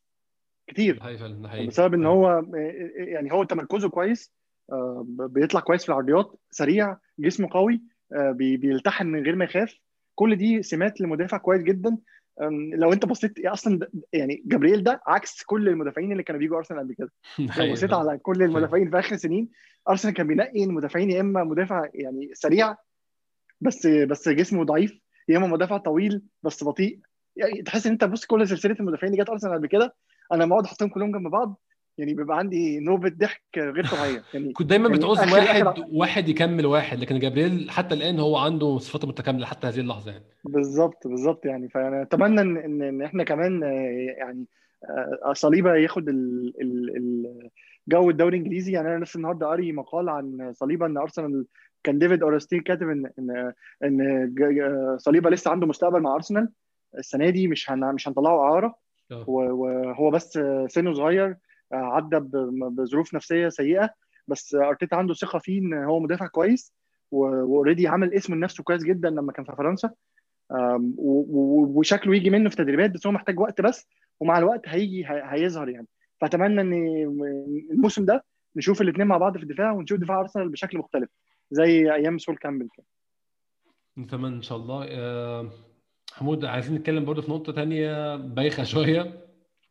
ده كتير، حقيقي فعلا ده حقيقي بسبب ان ده حقيقي. هو آه، يعني هو تمركزه كويس، آه، بيطلع كويس في العرضيات، سريع، جسمه قوي، آه، بي- بيلتحم من غير ما يخاف. كل دي سمات لمدافع كويس جدا. أم، لو انت بصيت اصلا ده- يعني جابرييل ده عكس كل المدافعين اللي كانوا بيجوا ارسنال قبل كده. ده لو حقيقي بصيت فعلا على كل ده حقيقي. المدافعين في اخر سنين، ارسنال كان بينقي المدافعين يا اما مدافع يعني سريع بس بس جسمه ضعيف، يا اما مدافع طويل بس بطيء. يعني تحس ان انت بص كل سلسله المدافعين اللي جت ارسنال قبل كده، انا لما اقعد احطهم كلهم جنب بعض يعني بيبقى عندي نوبه ضحك غير طبيعيه يعني. كنت دايما يعني بتعوز اخر واحد اخر واحد يكمل واحد لكن جابرييل حتى الان هو عنده صفاته متكامله حتى هذه اللحظه يعني. بالظبط بالظبط يعني. فانا اتمنى ان ان إن احنا كمان آه، يعني آه، صليبه ياخد ال- ال- ال- جو الدوري الانجليزي. يعني انا لسه النهارده قاري مقال عن صليبه ان ارسنال، كان ديفيد اورستين كاتب ان ان ان ج- ج- صليبه لسه عنده مستقبل مع ارسنال السنه دي، مش هن مش هنطلعه اعاره. اه و- وهو بس سنه صغير، آه، عدى ب- بظروف نفسيه سيئه، بس ارتيتا عنده ثقه فيه ان هو مدافع كويس، واوريدي عمل اسم لنفسه كويس جدا لما كان في فرنسا. آم، و- و- وشكله يجي منه في تدريبات، بس هو محتاج وقت بس، ومع الوقت هيجي هي- هيظهر يعني. فاتمنى ان الموسم ده نشوف الاثنين مع بعض في الدفاع، ونشوف دفاع ارسنال بشكل مختلف زي ايام سول كامبل كده. نتمنى ان شاء الله. آه، محمود عايزين نتكلم برضه في نقطه تانية بايخه شويه.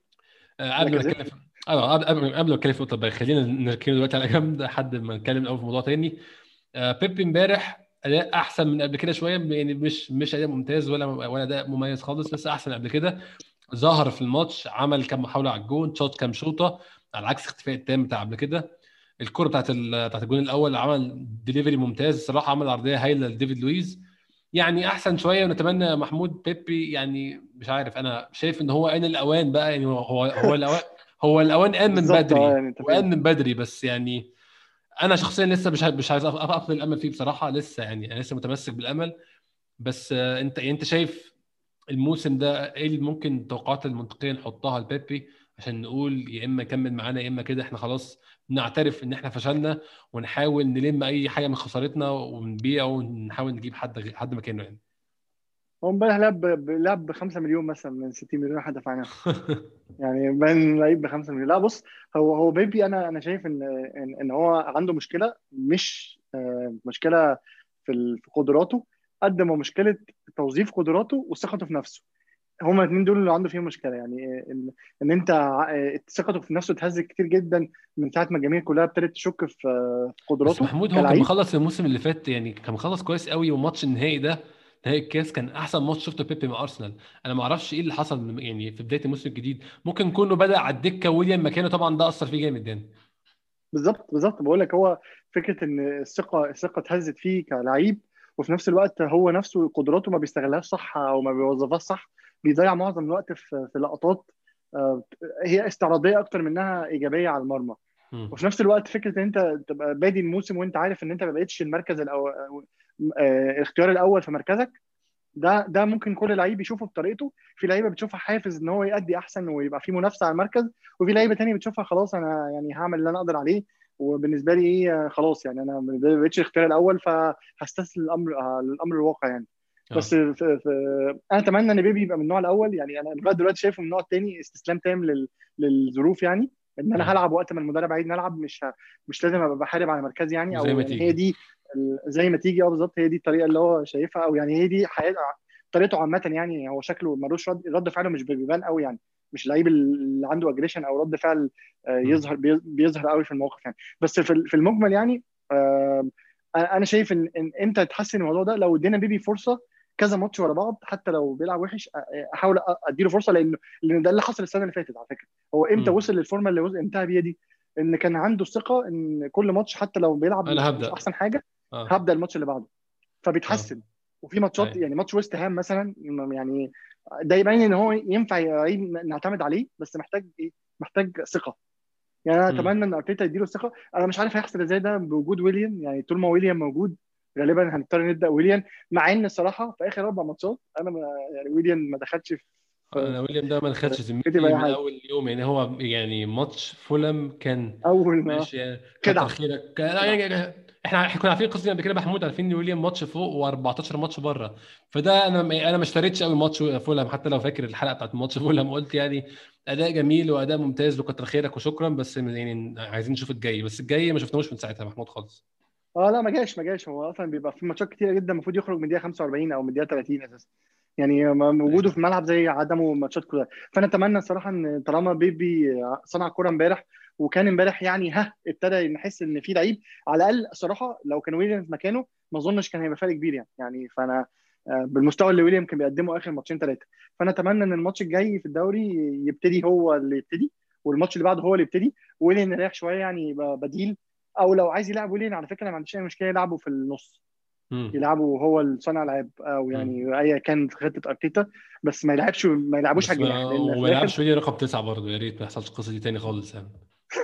آه، قبل ما لاكازيت. نتكلم في اه قبل قبل قبل ما نتكلم في نقطه بايخه خلينا نركن دلوقتي على جنب لحد ما نتكلم الاول في موضوع تاني. آه، بيب امبارح اداء احسن من قبل كده شويه يعني مش مش اداء ممتاز ولا ولا اداء مميز خالص بس احسن من قبل كده. ظهر في الماتش عمل كام محاوله على الجون شوط كام شوطه على عكس اختفاء التام بتاع قبل كده. الكره بتاعت ال... بتاعت الجون الاول عمل ديليفري ممتاز الصراحه عمل عرضيه هايله لديفيد لويز. يعني احسن شويه، ونتمنى محمود بيبي يعني مش عارف، انا شايف ان هو ان الاوان بقى، يعني هو هو هو الاوان، هو الاوان قام من بالظبط اه، بدري، يعني انت وقام فين. من بدري، بس يعني انا شخصيا لسه مش مش عايز أف- افقد الامل فيه بصراحه، لسه يعني انا لسه متمسك بالامل. بس آه، انت يعني انت شايف الموسم ده ايه اللي ممكن التوقعات المنطقيه نحطها لبيبي عشان نقول يا اما يكمل معانا يا اما كده احنا خلاص نعترف ان احنا فشلنا، ونحاول نلم اي حاجه من خسارتنا ونبيعه ونحاول نجيب حد غ- حد مكانه يعني. هو امبارح لعب ب- لعب ب خمسة مليون مثلا من ستين مليون احنا دفعناه. يعني بان لعيب ب خمسة مليون. لا بص، هو هو بيبي، انا انا شايف ان ان, إن هو عنده مشكله، مش آه، مشكله في ال- في قدراته، قد ما مشكله توظيف قدراته وثقته في نفسه. هما الاثنين دول اللي عنده فيهم مشكله. يعني ان ان انت ع- ثقته في نفسه اتهزت كتير جدا من ساعه ما الجماهير كلها ابتدت تشك في في بس قدراته محمود هو كان كلاعب. مخلص الموسم اللي فات، يعني كان مخلص كويس قوي، وماتش النهائي ده نهائي الكاس كان احسن ماتش شفته بيبي مع ارسنال. انا ما اعرفش ايه اللي حصل يعني في بدايه الموسم الجديد، ممكن يكون بدا على الدكه ويليام مكانه، طبعا ده اثر فيه جامد يعني. بالظبط بالظبط، بقول لك هو فكره ان الثقه الثقه اتهزت فيه كلعيب، وفي نفس الوقت هو نفسه قدراته ما بيستغلهاش صح او ما بيوظفهاش صح. بيضيع معظم الوقت في في لقطات آه، هي استعراضيه اكتر منها ايجابيه على المرمى. مم. وفي نفس الوقت فكره ان انت تبقى بادي الموسم وانت عارف ان انت ما بقتش المركز الأو... آه، الاختيار الاول في مركزك. ده ده ممكن كل لعيب يشوفه بطريقته. في لعيبه بتشوفها حافز ان هو يأدي احسن ويبقى في منافسه على المركز، وفي لعيبه تانية بتشوفها خلاص انا يعني هعمل اللي انا اقدر عليه، وبالنسبه لي ايه خلاص، يعني انا ما بقتش الاختيار الاول فهستسلم الامر آه، للامر الواقع يعني. بس اه. في في انا اتمنى ان بيبي يبقى من النوع الاول. يعني انا لغايه دلوقتي شايفه من النوع الثاني، استسلام تام لل... للظروف يعني. ان انا اه. هلعب وقت ما المدرب عايز نلعب، مش ه... مش لازم ابقى بحارب على مركزي يعني، وزي او ما يعني هي تيجي. دي ال- زي ما تيجي. اه بالظبط، هي دي الطريقه اللي هو شايفها، او يعني هي دي حياه طريقته عامه يعني. هو شكله ملوش رد رد فعله مش بيبان قوي يعني، مش اللعيب اللي عنده اجريشن او رد فعل آه، مم. يظهر بي- بيظهر قوي في المواقف يعني. بس في ال- في المجمل يعني آه، انا شايف ان ان امتى تحسن الموضوع ده لو ادينا بيبي فرصه كذا ماتش ورا بعض، حتى لو بيلعب وحش آه، آه، احاول أ- اديله فرصه، لان لان ده اللي حصل السنه اللي فاتت على فكره. هو امتى مم. وصل للفورمه اللي وصل انتهى بيها دي؟ ان كان عنده الثقه ان كل ماتش حتى لو بيلعب انا مش مش هبدا. احسن حاجه، اه. هبدا الماتش اللي بعده. اه. فبيتحسن. وفي ماتشات اي. يعني ماتش ويست هام مثلا يعني، ده يبين ان هو ينفع لعيب نعتمد عليه، بس محتاج ايه؟ محتاج ثقه. يعني انا مم. اتمنى ان ارتيتا يديله الثقه. انا مش عارف هيحصل ازاي ده بوجود ويليام. يعني طول ما ويليام موجود غالبا هنضطر نبدا ويليام، مع ان الصراحه في اخر اربع ماتشات انا ما يعني ويليام ما دخلش في انا ويليام ده ما في خدش في ذمتي باي من حاجه. اول يوم، يعني هو يعني ماتش فولم كان اول ما ماشي يعني، كتر كده خيرك لا، كده. يعني احنا احنا كنا عارفين القصه دي قبل كده محمود، عارفين ان ويليام ماتش فوق و14 ماتش بره. فده انا انا ما اشتريتش قوي ماتش فولهام، حتى لو فاكر الحلقه بتاعت ماتش فولهام قلت يعني اداء جميل واداء ممتاز وكتر خيرك وشكرا، بس يعني عايزين نشوف الجاي، بس الجاي ما شفناهوش من ساعتها محمود خالص. اه لا، ما جاش ما جاش. هو اصلا بيبقى في ماتشات كتيره جدا المفروض يخرج من دقيقه خمسة واربعين او من دقيقه ثلاثين اساسا. يعني م- وجوده في ايوه. الملعب زي عدمه ماتشات كلها. فانا اتمنى الصراحه ان طالما بيبي صنع كوره امبارح، وكان امبارح يعني ها ابتدى نحس ان في لعيب على الاقل. الصراحه لو كان ويليامز مكانه ما اظنش كان هيبقى فرق كبير يعني يعني فانا آه، بالمستوى اللي ويليام كان بيقدمه اخر ماتشين ثلاثه. فانا اتمنى ان الماتش الجاي في الدوري يبتدي هو اللي يبتدي، والماتش اللي بعده هو اللي يبتدي، ويليام يريح شويه يعني يبقى بديل. او لو عايز يلعب ويلين على فكره انا ما عنديش اي مشكله يلعبه في النص، امم. يلعبه هو الصانع العاب او امم. يعني ايا كانت خطه ارتيتا. بس ما يلعبش ما يلعبوش على بس ما الجناح لان في وما الاخر. يلعبش ويليام رقم تسعه برضه، يا ريت ما يحصلش القصه دي تاني خالص يعني.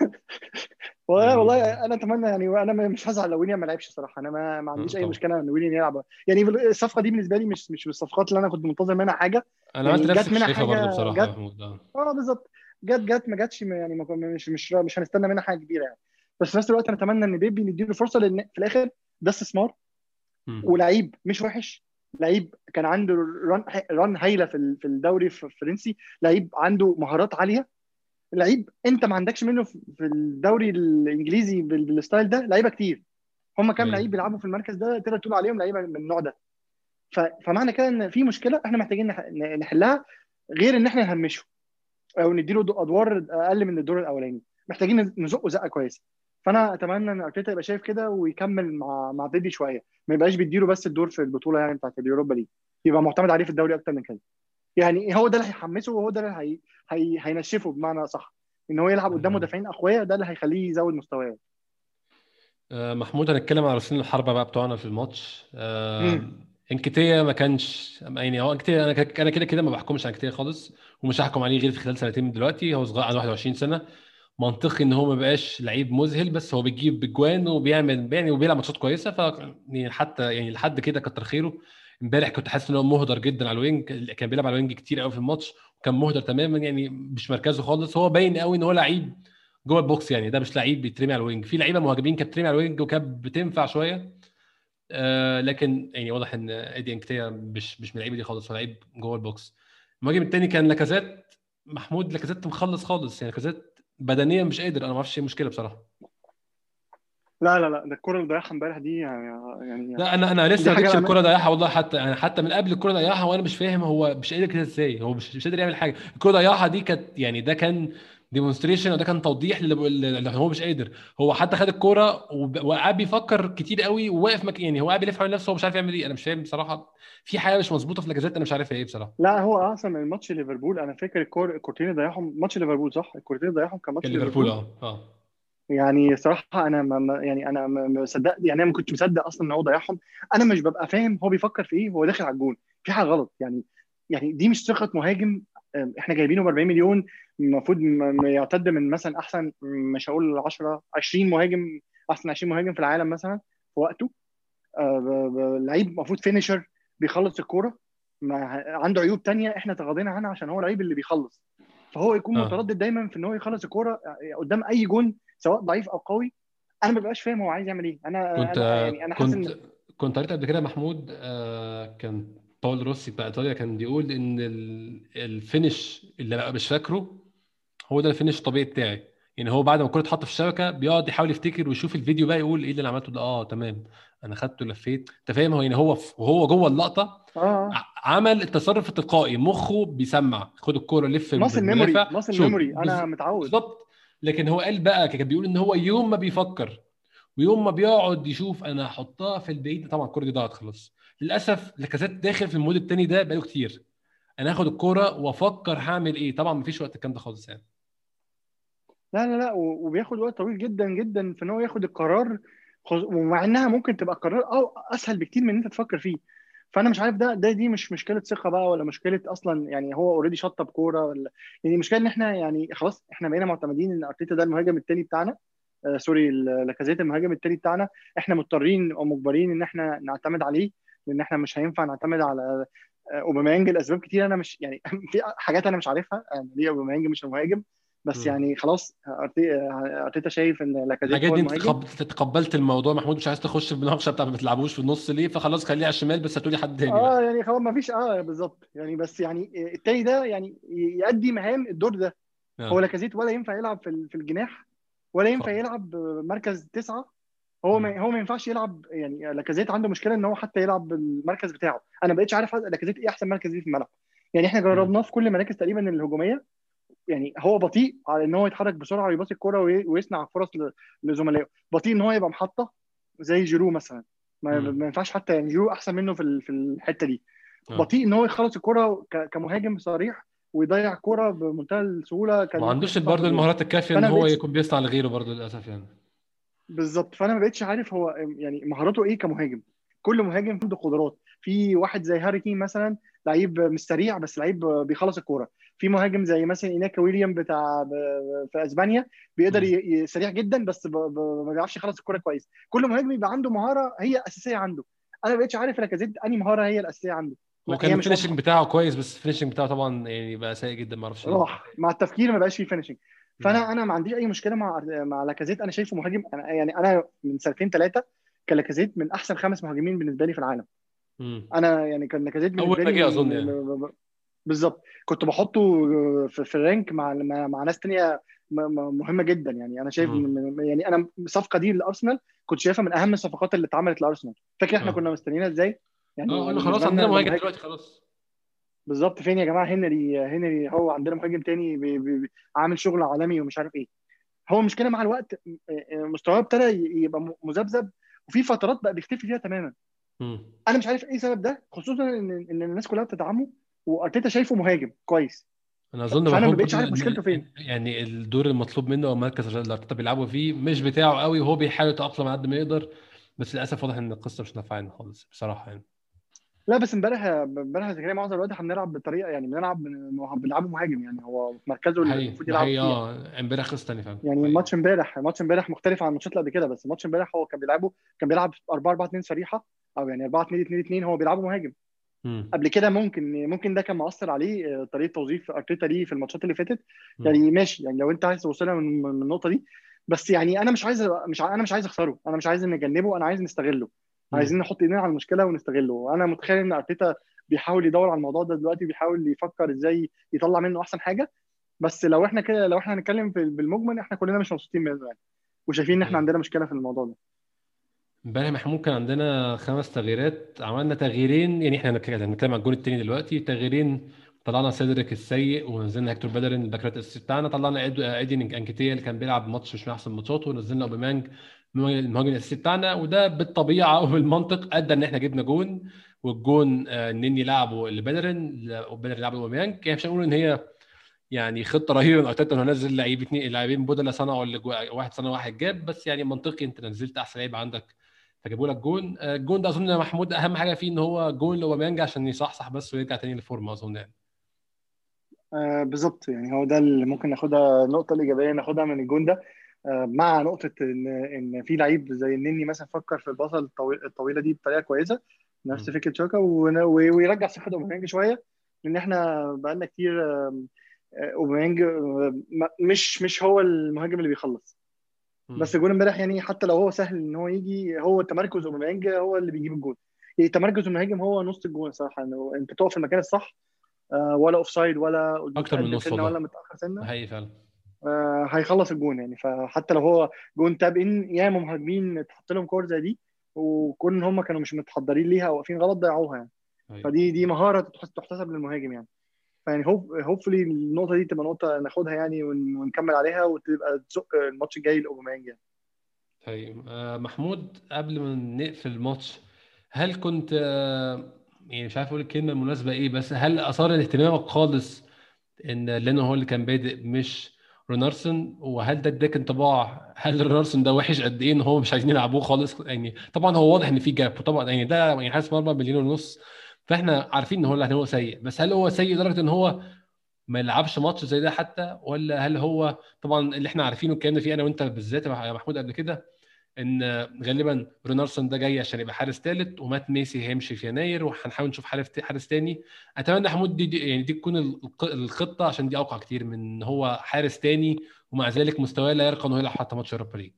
والله يعني والله انا اتمنى يعني. انا مش هزعل لو ويليام ما لعبش صراحه. انا ما, ما آه، عنديش اي طبعا. مشكله ان ويليام يلعب. يعني الصفقه دي بالنسبه لي مش مش من الصفقات اللي انا كنت منتظر منها حاجه. انا عملت يعني نفسي جت مش منها شايفها برضه حاجه بصراحه يا جت. محمود. اه. اه بالظبط. جت جت ما جاتش يعني ما كنا- مش مش مش هنستنى منها حاجه كبيره يعني. بس في نفس الوقت انا اتمنى ان بيبي نديله فرصه، لان في الاخر ده استثمار. امم. ولعيب مش وحش. لعيب كان عنده ران ران هايله في ال- في الدوري الفرنسي. لعيب عنده مهارات عاليه. لعيب انت ما عندكش منه في في الدوري الانجليزي بال- بالستايل ده لعيبه كتير. هم كام ايوه. لعيب بيلعبوا في المركز ده تقدر تقول عليهم لعيبه من النوع ده. ف- فمعنى كده ان في مشكله احنا محتاجين نح- نحلها، غير ان احنا نهمشه او نديله دو- ادوار اقل من الدور الاولاني. محتاجين نزقه زقه كويسه. فانا اتمنى ان ارتيتا يبقى شايف كده ويكمل مع مع بيبي شويه، ما يبقاش بيديله بس الدور في البطوله يعني بتاعت اليوروبا ليج، يبقى معتمد عليه في الدوري اكتر من كده. يعني هو ده اللي هيحمسه، وهو ده اللي هي... هي... هينشفه بمعنى صح. ان هو يلعب قدام ايوه. مدافعين اقوياء ده اللي هيخليه يزود مستواه. آه، محمود هنتكلم على رسين الحربة بقى بتوعنا في الماتش. آه، امم انكيتيا ما كانش يعني، هو انكيتيا انا ك- انا كده كده ما بحكمش على انكيتيا خالص، ومش هحكم عليه غير في خلال سنتين من دلوقتي. هو صغير، عنده واحد وعشرين سنه. منطقي ان هو ما بقاش لعيب مذهل، بس هو بيجيب بجوان وبيعمل يعني وبيلعب ماتشات كويسه. ف يعني حتى يعني لحد كده كتر خيره. امبارح كنت حاسس ان هو مهدر جدا على الوينج، كان بيلعب على الوينج كتير قوي في الماتش، وكان مهدر تماما يعني مش مركزه خالص. هو باين قوي ان هو لعيب جوه البوكس يعني، ده مش لعيب بيترمي على الوينج. في لعيبه مهاجمين كانت بترمي على الوينج وكانت بتنفع شويه، آه لكن يعني واضح ان ايدي انكتيا مش مش من اللعيبه دي خالص، هو لعيب جوه البوكس. المهاجم الثاني كان لاكازيت. محمود لاكازيت مخلص خالص يعني، لاكازيت بدنيا مش قادر، انا ما اعرفش ايه المشكله بصراحه. لا لا لا، ده الكره اللي ضيعها امبارح دي يعني، يعني لا انا انا لسه دي ما حاجه جيتش أنا... الكره ضيعها والله، حتى يعني حتى من قبل الكره ضيعها وانا مش فاهم هو مش قادر كده ازاي، هو مش مش قادر يعمل حاجه. الكره ضيعها دي كانت يعني ده كان ديمونستريشن، وده كان توضيح للي اللي هو مش قادر. هو حتى خد الكوره وب- وقعد بيفكر كتير قوي وواقف مك... يعني هو قاعد بيلف حوالين نفسه، هو مش عارف يعمل ايه. انا مش فاهم بصراحه، في حاجه مش مظبوطه في لاكازيت، انا مش عارف هي ايه بصراحه. لا هو احسن من ماتش ليفربول. انا فاكر الكور الكورتين اللي ضيعهم ماتش ليفربول، صح؟ الكورتين اللي ضيعهم كان كان ماتش ليفربول، ليفربول. اه اه. يعني صراحه انا ما ما- يعني انا ما ما صدقت، يعني انا ما كنتش مصدق اصلا ان هو ضيعهم. انا مش ببقى فاهم هو بيفكر في ايه، هو داخل على الجون في حاجه غلط يعني. يعني دي مش ثقه مهاجم. أم، احنا جايبينه ب اربعين مليون، المفروض م- م- يعتد من مثلا احسن، مش هقول عشرة عشرين مهاجم، احسن عشرين مهاجم في العالم مثلا في وقته. آه، ب- ب- لعيب المفروض فينيشر، بيخلص الكوره. ما عنده عيوب تانية احنا تغاضينا عنها عشان هو لعيب اللي بيخلص. فهو يكون اه متردد دايما في ان هو يخلص الكوره قدام اي جون، سواء ضعيف او قوي. انا ما ببقاش فاهم هو عايز يعمل ايه. انا كنت انا يعني انا حاسس ان... كنت كنت قريت قبل كده محمود، آه كان باول روسي بتاع ايطاليا كان بيقول ان ال- الفينش اللي بقى مش فاكره هو ده الفينش الطبيعي بتاعي. يعني هو بعد ما الكوره تحط في الشبكه بيقعد يحاول يفتكر ويشوف الفيديو بقى، يقول ايه اللي انا عملته ده، اه تمام انا خدته لفيت. انت فاهم؟ هو يعني هو في- وهو جوه اللقطه اه آه. ع- عمل التصرف التلقائي، مخه بيسمع خد الكوره لف ماسل ميموري، بالمدافع ماسل شوط ميموري، بز- انا متعود. بالظبط. لكن هو قال بقى، كان بيقول ان هو يوم ما بيفكر ويوم ما بيقعد يشوف انا هحطها في البعيد، طبعا الكوره دي ضاعت خلاص. للاسف لاكازيت داخل في المود التاني ده بقاله كتير، انا هاخد الكوره وافكر هعمل ايه. طبعا مفيش وقت الكلام ده خالص يعني. لا لا لا، و- وبياخد وقت طويل جدا جدا في ان هو ياخد القرار، خص- ومع انها ممكن تبقى قرار او اسهل بكتير من ان انت تفكر فيه. فانا مش عارف ده ده دي مش مشكله ثقه بقى، ولا مشكله اصلا يعني هو اوريدي شطب كوره، ولا يعني مشكله ان احنا يعني خلاص احنا بقينا معتمدين ان ارتيتا ده المهاجم التاني بتاعنا. آه سوري، ال- لاكازيت المهاجم التاني بتاعنا. احنا مضطرين او مجبرين ان احنا نعتمد عليه، لان احنا مش هينفع نعتمد على آه، اوباميانج لاسباب كتير. انا مش يعني في حاجات انا مش عارفها يعني ليه اوباميانج مش المهاجم. بس مم. يعني خلاص أرتي- ارتيتا شايف ان لاكازيت الحاجات هو دي انت المهاجم. تقب- تقبلت الموضوع محمود، مش عايز تخش في المناقشه بتاع ما بتلعبوش في النص ليه، فخلاص خليه على الشمال بس هتقولي حد تاني اه بقى. يعني خلاص ما فيش، اه بالظبط يعني. بس يعني التاني ده يعني يؤدي مهام الدور ده. هو اه لاكازيت ولا ينفع يلعب في ال- في الجناح، ولا ينفع خالص. يلعب مركز تسعة. هو مم. ما هو ما ينفعش يلعب يعني. لاكازيت عنده مشكله ان هو حتى يلعب بالمركز بتاعه. انا ما بقتش عارف لاكازيت ايه احسن مركز ليه في الملعب. يعني احنا مم. جربناه في كل المراكز تقريبا الهجوميه. يعني هو بطيء على ان هو يتحرك بسرعه ويباصي الكرة وي- ويصنع فرص ل- لزملائه. بطيء ان هو يبقى محطه زي جيرو مثلا. ما, مم. ما ينفعش حتى يعني، جيرو احسن منه في ال- في الحته دي. اه بطيء ان هو يخلص الكرة ك- كمهاجم صريح، ويضيع كرة بمنتهى السهوله كان ما ممكن عندوش يحطها في برضه الجون. المهارات الكافيه ان فانا ما هو بقتش... يكون بيصنع لغيره برضه للاسف يعني. بالظبط، فانا ما بقتش عارف هو يعني مهاراته ايه كمهاجم. كل مهاجم عنده قدرات. في واحد زي هاري كين مثلا، لعيب مش سريع بس لعيب بيخلص الكوره. في مهاجم زي مثلا ايناكا ويليام بتاع ب- في اسبانيا، بيقدر مم. ي- ي- سريع جدا بس ب- ب- ما بيعرفش يخلص الكوره كويس. كل مهاجم يبقى عنده مهاره هي اساسيه عنده. انا ما بقتش عارف لاكازيت انهي مهاره هي الاساسيه عنده. هو ما- كان هي مش الفينشنج واضحه. بتاعه كويس، بس الفينشنج بتاعه طبعا يعني بقى سيء جدا، ما اعرفش ليه. راح مع التفكير، ما بقاش فيه فينشنج. مم. فانا انا ما عنديش اي مشكله مع مع لاكازيت. انا شايفه مهاجم. أنا يعني انا من سنتين ثلاثه كان لاكازيت من احسن خمس مهاجمين بالنسبه لي في العالم. مم. انا يعني كان لاكازيت اول بالنسبه ما لي جه من اظن من- يعني. من- بالظبط. كنت بحطه في, في الرانك مع مع, مع ناس تانية م- م- مهمه جدا. يعني انا شايف مم. من من- يعني انا الصفقه دي لارسنال كنت شايفها من اهم الصفقات اللي اتعملت لارسنال. فاكر احنا اه كنا مستنيينها ازاي؟ يعني اه قلنا يعني خلاص بالنسبه عندنا لنا ده مهاجم مهاجم. دلوقتي خلاص. بالظبط. فين يا جماعه هنري؟ هنري هو عندنا مهاجم تاني بي بي عامل شغل عالمي ومش عارف ايه. هو المشكله مع الوقت م- مستواه ابتدى ي- يبقى م- مذبذب، وفي فترات بقى بيختفي فيها تماما. مم. انا مش عارف ايه سبب ده، خصوصا ان ان الناس كلها بتدعمه، وارتيتا شايفه مهاجم كويس. انا ف- اظن فانا ما محمود بقتش برضه عارف إن- مشكلته فين. إن- يعني الدور المطلوب منه او المركز اللي ارتيتا بيلعبوا فيه مش بتاعه قوي، وهو بيحاول يتاقلم على قد ما يقدر. بس للاسف واضح ان القصه مش نافعه خالص بصراحه يعني. لا بس امبارح امبارح زكريا معظم الوقت احنا بنلعب بطريقه، يعني بنلعب بنلعبه مهاجم، يعني هو في مركزه ده اللي حقيقي، المفروض ده يلعب حقيقي. فيه. اه امبارح خلص تاني فعلا يعني حقيقي. ماتش امبارح ماتش امبارح مختلف عن الماتشات اللي قبل كده، بس ماتش امبارح هو كان بيلعبه كان بيلعب أربعة أربعة اتنين صريحه، او يعني أربعة اتنين اتنين اتنين، هو بيلعبه مهاجم. امم. قبل كده ممكن ممكن ده كان مؤثر عليه، آه، طريقه توظيف ارتيتا ليه في الماتشات اللي فاتت. امم. يعني ماشي، يعني لو انت عايز توصلها من, من النقطه دي. بس يعني انا مش عايز مش ع- انا مش عايز اخسره، انا مش عايز نجنبه، انا عايز نستغله. عايزين امم. نحط ايدينا على المشكله ونستغله. انا متخيل ان ارتيتا بيحاول يدور على الموضوع ده دلوقتي، بيحاول يفكر ازاي يطلع منه احسن حاجه. بس لو احنا كده لو احنا هنتكلم في- بالمجمل، احنا كلنا مش مبسوطين منه يعني، وشايفين ده ان احنا حقيقي. عندنا مشكله في الموضوع ده. امبارح يا محمود كان عندنا خمس تغييرات، عملنا تغييرين، يعني احنا هنتكلم هنتكلم عن الجون التاني دلوقتي. تغييرين: طلعنا سيدريك السيء ونزلنا هيكتور بيلرين الباك الاساسي بتاعنا. طلعنا إيد- ايدين انكيتيا اللي كان بيلعب ماتش مش من احسن ماتشاته، ونزلنا اوباميانج المهاجم الاساسي بتاعنا. وده بالطبيعه وبالمنطق ادى ان احنا جبنا جون. والجون آه، النني لعبه لبيلرين، وبيلرين لعبه اوباميانج. يعني مش هنقول ان هي يعني خطه رهيبه من ارتيتا انه نزل لعيب اتنين لاعبين بدله صنعوا اللي جوا- واحد صنع واحد جاب، بس يعني منطقي انت نزلت احسن لعيب عندك فجابوا لك جون. آه، الجون ده اظن يا محمود اهم حاجه فيه ان هو جون لاوباميانج عشان يصحصح بس ويرجع تاني للفورمه اظن يعني. آه بالظبط، يعني هو ده اللي ممكن ناخدها النقطه الايجابيه ناخدها من الجون ده. آه مع نقطه ان ان في لعيب زي النني مثلا فكر في الباصه الطوي- الطويله دي بطريقه كويسه، نفس مم. فكره شوكا، ون- و- ويرجع ثقه اوباميانج شويه. لان احنا بقالنا كتير، آه، آه، اوباميانج آه، ما- مش مش هو المهاجم اللي بيخلص. مم. بس الجون امبارح يعني حتى لو هو سهل ان هو يجي، هو تمركز اوباميانج هو اللي بيجيب الجون. يعني تمركز المهاجم هو نص الجون صراحه، انه انت تقف في المكان الصح، آه، ولا اوف سايد ولا اكتر من متقدم نص سنه ولا والله. متاخر ده سنه. حقيقي فعلا. آه، هيخلص الجون يعني. فحتى لو هو جون تاب ان، ياما مهاجمين تحط لهم كور زي دي، وكون ان هم كانوا مش متحضرين ليها او واقفين غلط ضيعوها يعني. أيوة. فدي دي مهاره تحس- تحتسب للمهاجم يعني. فيعني هوب هوبفلي النقطه دي تبقى نقطه ناخدها يعني، ون- ونكمل عليها وتبقى تزق الماتش الجاي لاوباميانج يعني. طيب آه، محمود قبل ما نقفل الماتش، هل كنت آه، يعني مش عارف اقول الكلمه المناسبه ايه، بس هل اثار اهتمامك خالص ان لينو هو اللي كان بادئ مش رونالسون؟ وهل ده اداك انطباع هل رونالسون ده وحش قد ايه ان هو مش عايزين يلعبوه خالص؟ يعني طبعا هو واضح ان في جاب، وطبعا يعني ده يعني حارس مرمى مليون ونص، فاحنا عارفين ان هو اللي هو سيء. بس هل هو سيء لدرجه ان هو ما يلعبش ماتش زي ده حتى؟ ولا هل هو طبعا اللي احنا عارفينه الكلام فيه انا وانت بالذات يا محمود قبل كده، ان غالبا رونالدسون ده جاي عشان يبقى حارس ثالث، ومات ميسي هيمشي في يناير، وهنحاول نشوف حارس حارس تاني. اتمنى حمود دي, دي يعني دي تكون الق- الخطه، عشان دي اوقع كتير من ان هو حارس تاني ومع ذلك مستواه لا يرقى انه يلعب حتى ماتش اوروبا ليج.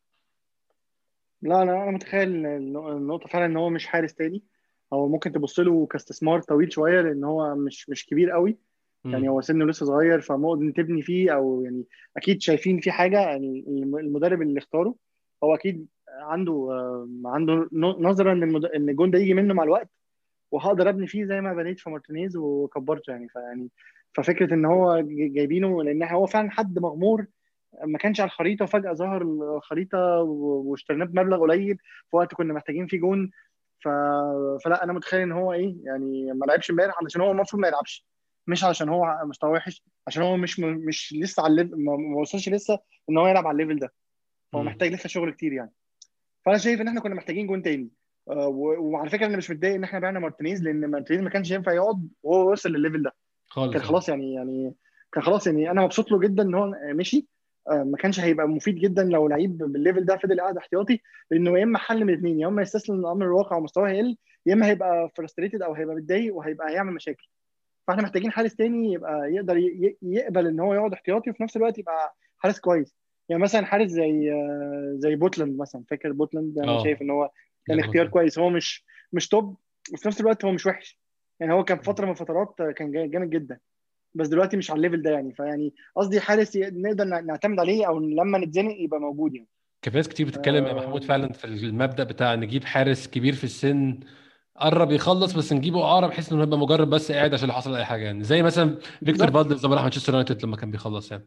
لا انا انا متخيل النق- النقطه فعلا ان هو مش حارس تاني. هو ممكن تبص له كاستثمار طويل شويه، لان هو مش مش كبير قوي. يعني امم. هو سنه لسه صغير، فممكن تبني فيه، او يعني اكيد شايفين فيه حاجه. يعني الم- المدرب اللي اختاره هو اكيد عنده، آه، عنده ن- نظره ان المد... ان الجون ده يجي منه مع الوقت، وهقدر ابني فيه زي ما بنيت في مارتينيز وكبرته يعني. فيعني ففكره ان هو ج- جايبينه لان هو فعلا حد مغمور، ما كانش على الخريطه وفجاه ظهر الخريطه، و- واشتريناه بمبلغ قليل في وقت كنا محتاجين فيه جون. ف... فلا انا متخيل ان هو ايه يعني ما لعبش امبارح علشان هو المفروض ما يلعبش، مش علشان هو مستوى وحش، عشان هو مش مش لسه على الليفل، ما ما وصلش لسه ان هو يلعب على الليفل ده. فهو امم. محتاج لسه شغل كتير يعني. فانا شايف ان احنا كنا محتاجين جون تاني. آه، و- وعلى فكره انا مش متضايق ان احنا بعنا مارتينيز، لان مارتينيز ما كانش ينفع يقعد وهو وصل للليفل ده. كان خالص اه. خلاص يعني يعني كان خلاص يعني انا مبسوط له جدا ان هو مشي. آه، ما كانش هيبقى مفيد جدا لو لعيب بالليفل ده فضل قاعد احتياطي، لانه يا اما حل من الاثنين: يا اما يستسلم لامر الواقع ومستواه هيقل، يا اما هيبقى فرستريتد او هيبقى متضايق وهيبقى هيعمل مشاكل. فاحنا محتاجين حارس تاني يبقى يقدر ي- يقبل ان هو يقعد احتياطي، وفي نفس الوقت يبقى حارس كويس. يعني مثلا حارس زي آه، زي بوتلاند مثلا. فاكر بوتلاند؟ انا شايف اه ان هو كان جد اختيار مثلا. كويس. هو مش مش توب، وفي نفس الوقت هو مش وحش. يعني هو كان فتره من الفترات كان جا- جامد جدا، بس دلوقتي مش على الليفل ده يعني. فيعني قصدي حارس ي- نقدر نعتمد عليه، او لما نتزنق يبقى موجود يعني. كان في ناس كتير بتتكلم يا محمود آه، فعلا في المبدأ بتاع نجيب حارس كبير في السن قرب يخلص، بس نجيبه اقرب بحيث انه يبقى مجرد بس قاعد عشان لو حصل اي حاجه، يعني زي مثلا فيكتور بالظبط فالديز لما راح مانشستر يونايتد لما كان بيخلص يعني.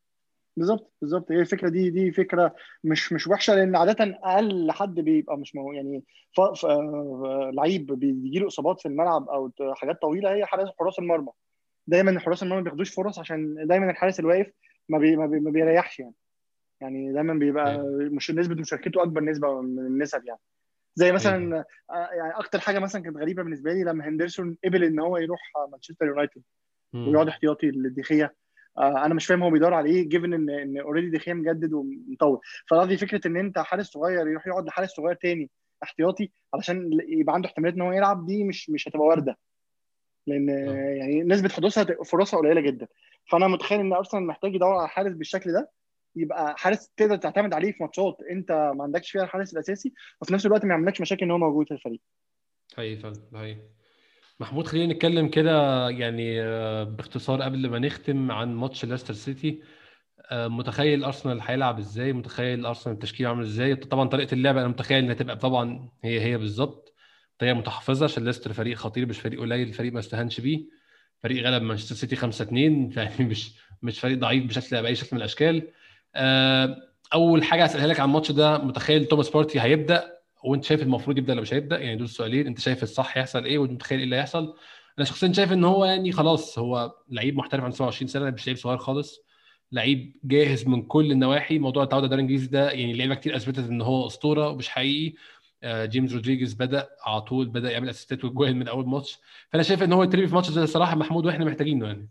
بالظبط بالظبط. هي الفكره دي دي فكره مش مش وحشه، لان عاده اقل حد بيبقى مش مو يعني ف... ف... آه، لعيب بيجي له اصابات في الملعب او ت- حاجات طويله، هي حراس حراس المرمى. دايما حراس المرمى ما بياخدوش فرص، عشان دايما الحارس الواقف ما, بي... ما, بي... ما بيريحش يعني. يعني دايما بيبقى ايوه. مش نسبه مشاركته اكبر نسبه من النسب يعني. زي ايوه. مثلا آه، يعني اكتر حاجه مثلا كانت غريبه بالنسبه لي لما هندرسون قبل ان هو يروح آه، مانشستر يونايتد ويقعد امم. احتياطي لديخيا. آه، انا مش فاهم هو بيدور على ايه، جيفن ان ان اوريدي ديخيا مجدد ومطول. فقصدي فكره ان انت حارس صغير يروح يقعد لحارس صغير تاني احتياطي علشان يبقى عنده احتماليه ان هو يلعب، دي مش مش هتبقى وارده، لان اه. آه، يعني نسبه حدوثها هتبقى فرصها قليله جدا. فانا متخيل ان ارسنال محتاج يدور على حارس بالشكل ده، يبقى حارس تقدر تعتمد عليه في ماتشات انت ما عندكش فيها الحارس الاساسي، وفي نفس الوقت ما يعملكش مشاكل ان هو موجود في الفريق. حقيقي فعلا، ده حقيقي. محمود، خلينا نتكلم كده يعني آه، باختصار قبل ما نختم عن ماتش ليستر سيتي. آه، متخيل ارسنال هيلعب ازاي؟ متخيل ارسنال التشكيل عامل ازاي؟ طبعا طريقه اللعب انا متخيل انها تبقى طبعا هي هي بالظبط، طريقه متحفظه عشان ليستر فريق خطير، مش فريق قليل، الفريق ما استهانش بيه، فريق غلب مانشستر سيتي خمسة اتنين يعني مش مش فريق ضعيف بشكل باي شكل من الاشكال. آه، اول حاجه اسالها لك عن الماتش ده، متخيل توماس بارتي هيبدا؟ وانت شايف المفروض يبدا ولا مش هيبدا؟ يعني دول السؤالين، انت شايف الصح يحصل ايه وانت متخيل ايه اللي هيحصل؟ انا شخصيا شايف ان هو يعني خلاص هو لعيب محترف عن سبعة وعشرين سنه، مش لعيب صغير خالص، لعيب جاهز من كل النواحي. موضوع التعود على الدوري الانجليزي ده يعني لعيبه كتير اثبتت ان هو اسطوره ومش حقيقي. آه، جيمس رودريجيز بدا على طول، بدا يعمل اسيستات وجوان من اول ماتش. فانا شايف ان هو يتربي في ماتش زي الصراحه محمود، واحنا محتاجينه يعني.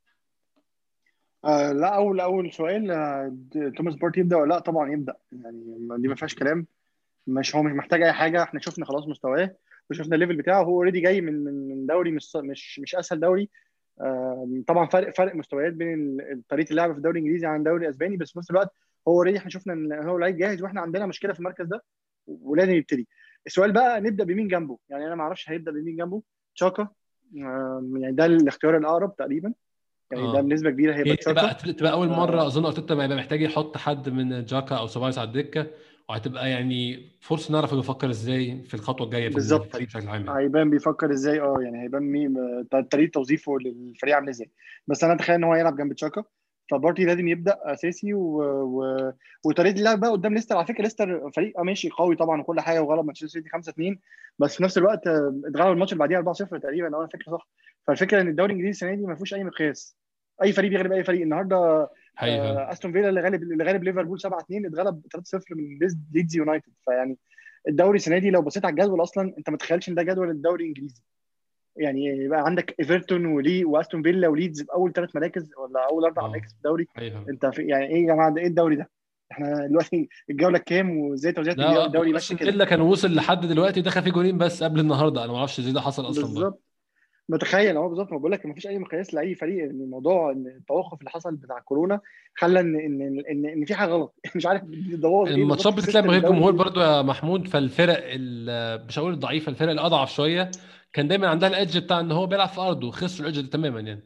آه لا، اول اول سؤال، آه توماس بارتي يبدا ولا لا؟ طبعا يبدا، يعني دي ما فيهاش كلام. مش هو مش محتاج اي حاجه، احنا شفنا خلاص مستواه وشفنا الليفل بتاعه. هو اوريدي جاي من من من دوري مش مش مش اسهل دوري. آه طبعا فرق فرق مستويات بين ال- طريقه اللعب في الدوري الانجليزي عن الدوري الاسباني، بس في نفس الوقت هو اوريدي احنا شفنا ان هو لعيب جاهز، واحنا عندنا مشكله في المركز ده ولازم يبتدي. السؤال بقى نبدا بمين جنبه؟ يعني انا ما اعرفش هيبدا بمين جنبه. تشاكا، آه يعني ده الاختيار الاقرب تقريبا، يعني ده اه. بنسبه كبيره هي هيبقى تشاكا. تبقى تبقى اول مره آه اظن ارتيتا ما يبقى محتاج يحط حد من جاكا او سواريز على الدكه، وهتبقى يعني فرصه نعرف بيفكر ازاي في الخطوه الجايه في بالظبط، الفريق بشكل عام يعني. هيبان بيفكر ازاي. اه يعني هيبان مين ط- طريقه توظيفه للفريق عامل ازاي. بس انا اتخيل ان هو هيلعب جنب تشاكا، فبارتي لازم يبدا اساسي و... و... وطريقه اللعب بقى قدام ليستر. على فكره ليستر فريق آه ماشي قوي طبعا وكل حاجه، وغلب مانشستر سيتي خمسة اتنين، بس في نفس الوقت آه، اتغلب الماتش اللي بعديها اربعة صفر تقريبا لو انا فاكر صح. فالفكره ان الدوري الانجليزي السنه دي ما فيهوش اي مقياس، اي فريق بيغلب اي فريق. النهارده حقيقي فعلا. آه، استون فيلا اللي غالب اللي غالب ليفربول سبعة اتنين اتغلب ثلاثة صفر من ليدز ليدز يونايتد. فيعني الدوري السنه دي لو بصيت على الجدول اصلا انت ما تتخيلش ان ده جدول الدوري الانجليزي. يعني يبقى عندك ايفرتون ولي واستون فيلا وليدز في اول ثلاث مراكز ولا اول اربع اه. مراكز في الدوري. حقيقي فعلا. انت في يعني ايه يا جماعه؟ ده ايه الدوري ده؟ احنا دلوقتي الجوله كام وازاي توزيع لا، الدوري ماشي استون كده؟ فيلا كان وصل لحد دلوقتي دخل فيه جولين بس قبل النهارده، انا ما اعرفش ازاي ده حصل اصلا برضه. بالظبط، متخيل اهو بالظبط. ما بقول لك ما فيش اي مقياس لاي فريق. ان الموضوع ان التوقف اللي حصل بتاع كورونا خلى ان ان ان ان في حاجه غلط مش عارف ده بوظ ايه بالظبط الماتشات في بتتلعب من سيستم غير الدوري جمهور الانجليزي. برضو يا محمود، فالفرق ال- مش هقول الضعيفه، الفرق الاضعف شويه كان دايما عندها الادج بتاع ان هو بيلعب في ارضه، خسروا الادج ده تماما يعني.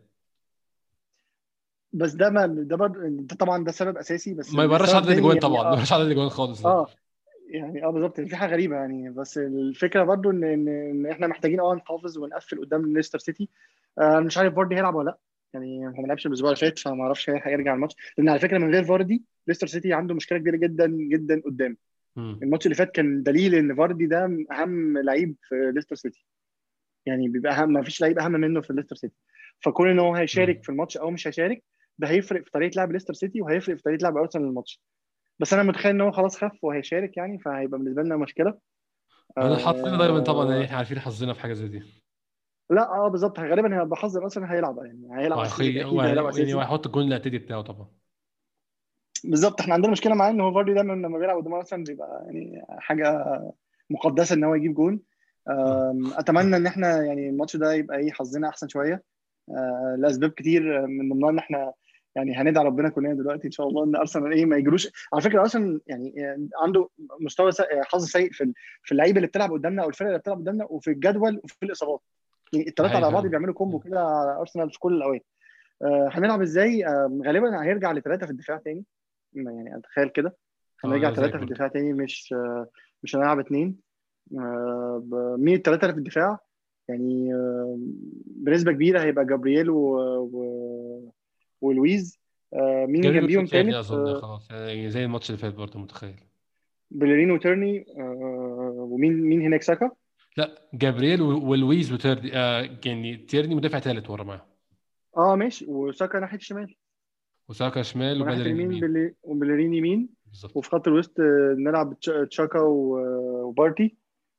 بس ده ما ده برضه ده طبعا ده سبب اساسي، بس ما يبررش السبب عدد الثاني الاجوان يعني طبعا، ما اه يبررش عدد الاجوان خالص لا. اه يعني اه بالظبط في حاجه غريبه يعني. بس الفكره برضو ان ان إن احنا محتاجين اه نحافظ ونقفل قدام ليستر سيتي. آه انا مش عارف فاردي هيلعب ولا لا. يعني هو ما لعبش الاسبوع اللي فات، فما اعرفش هيرجع الماتش، لان على فكره من غير فاردي ليستر سيتي عنده مشكله كبيره جدا جدا قدام. امم. الماتش اللي فات كان دليل ان فاردي ده اهم لعيب في ليستر سيتي. يعني بيبقى اهم، ما فيش لعيب اهم منه في ليستر سيتي. فكون ان هو هيشارك امم. في الماتش او مش هيشارك، ده هيفرق في طريقه لعب ليستر سيتي وهيفرق في طريقه لعب ارسنال الماتش. بس انا متخيل ان هو خلاص خف وهيشارك يعني، فهيبقى بالنسبه لنا مشكله. انا حظنا دايما طبعا يعني، آه احنا عارفين حظنا في حاجه زي دي. لا اه بالظبط، غالبا هيبقى حظ اصلا هيلعب، يعني هيلعب اساسي وهيخي اكيد هيلعب يعني اساسي. وهيحط الجون الاعتيادي بتاعه طبعا. بالظبط، احنا عندنا مشكله معاه ان هو فاردي دايما لما بيلعب قدام مثلا بيبقى يعني حاجه مقدسه ان هو يجيب جون. آم، اتمنى ان احنا يعني الماتش ده يبقى ايه حظنا احسن شويه، آه، لاسباب كتير من ضمنها ان احنا يعني هندعي ربنا كلنا دلوقتي ان شاء الله ان ارسنال ايه ما يجروش. على فكره ارسنال يعني عنده مستوى سيء- حظ سيء في ال- في اللعيبه اللي بتلعب قدامنا او الفرق اللي بتلعب قدامنا وفي الجدول وفي الاصابات. يعني ده الثلاثه حقيقي على بعض فعلا. بيعملوا كومبو كده على ارسنال في كل الاوقات. آه، هنلعب ازاي؟ آه، غالبا هيرجع لثلاثه في الدفاع تاني. يعني اتخيل كده اه هنرجع انا زيك ثلاثه في برضه. الدفاع تاني، مش آه، مش هنلعب اثنين. آه، ب- مين الثلاثه اللي في الدفاع؟ يعني آه، بنسبه كبيره هيبقى جابرييل و... و... ولويز. آه، مين جابريل جنبيهم وتشافي تالت؟ اظن آه، خلاص يعني زي الماتش اللي فات برضه متخيل. بليرين وتيرني. آه، ومين مين هناك؟ ساكا. لا، جابرييل و- ولويز وتيرني، آه يعني تيرني مدافع ثالث ورا معاه، اه ماشي، وساكا ناحيه الشمال، وساكا شمال وناحيه وبالرين اليمين يمين. بلي... وبليرين يمين. بالظبط. وفي خط الوسط آه، نلعب تش- تشاكا و- وبارتي.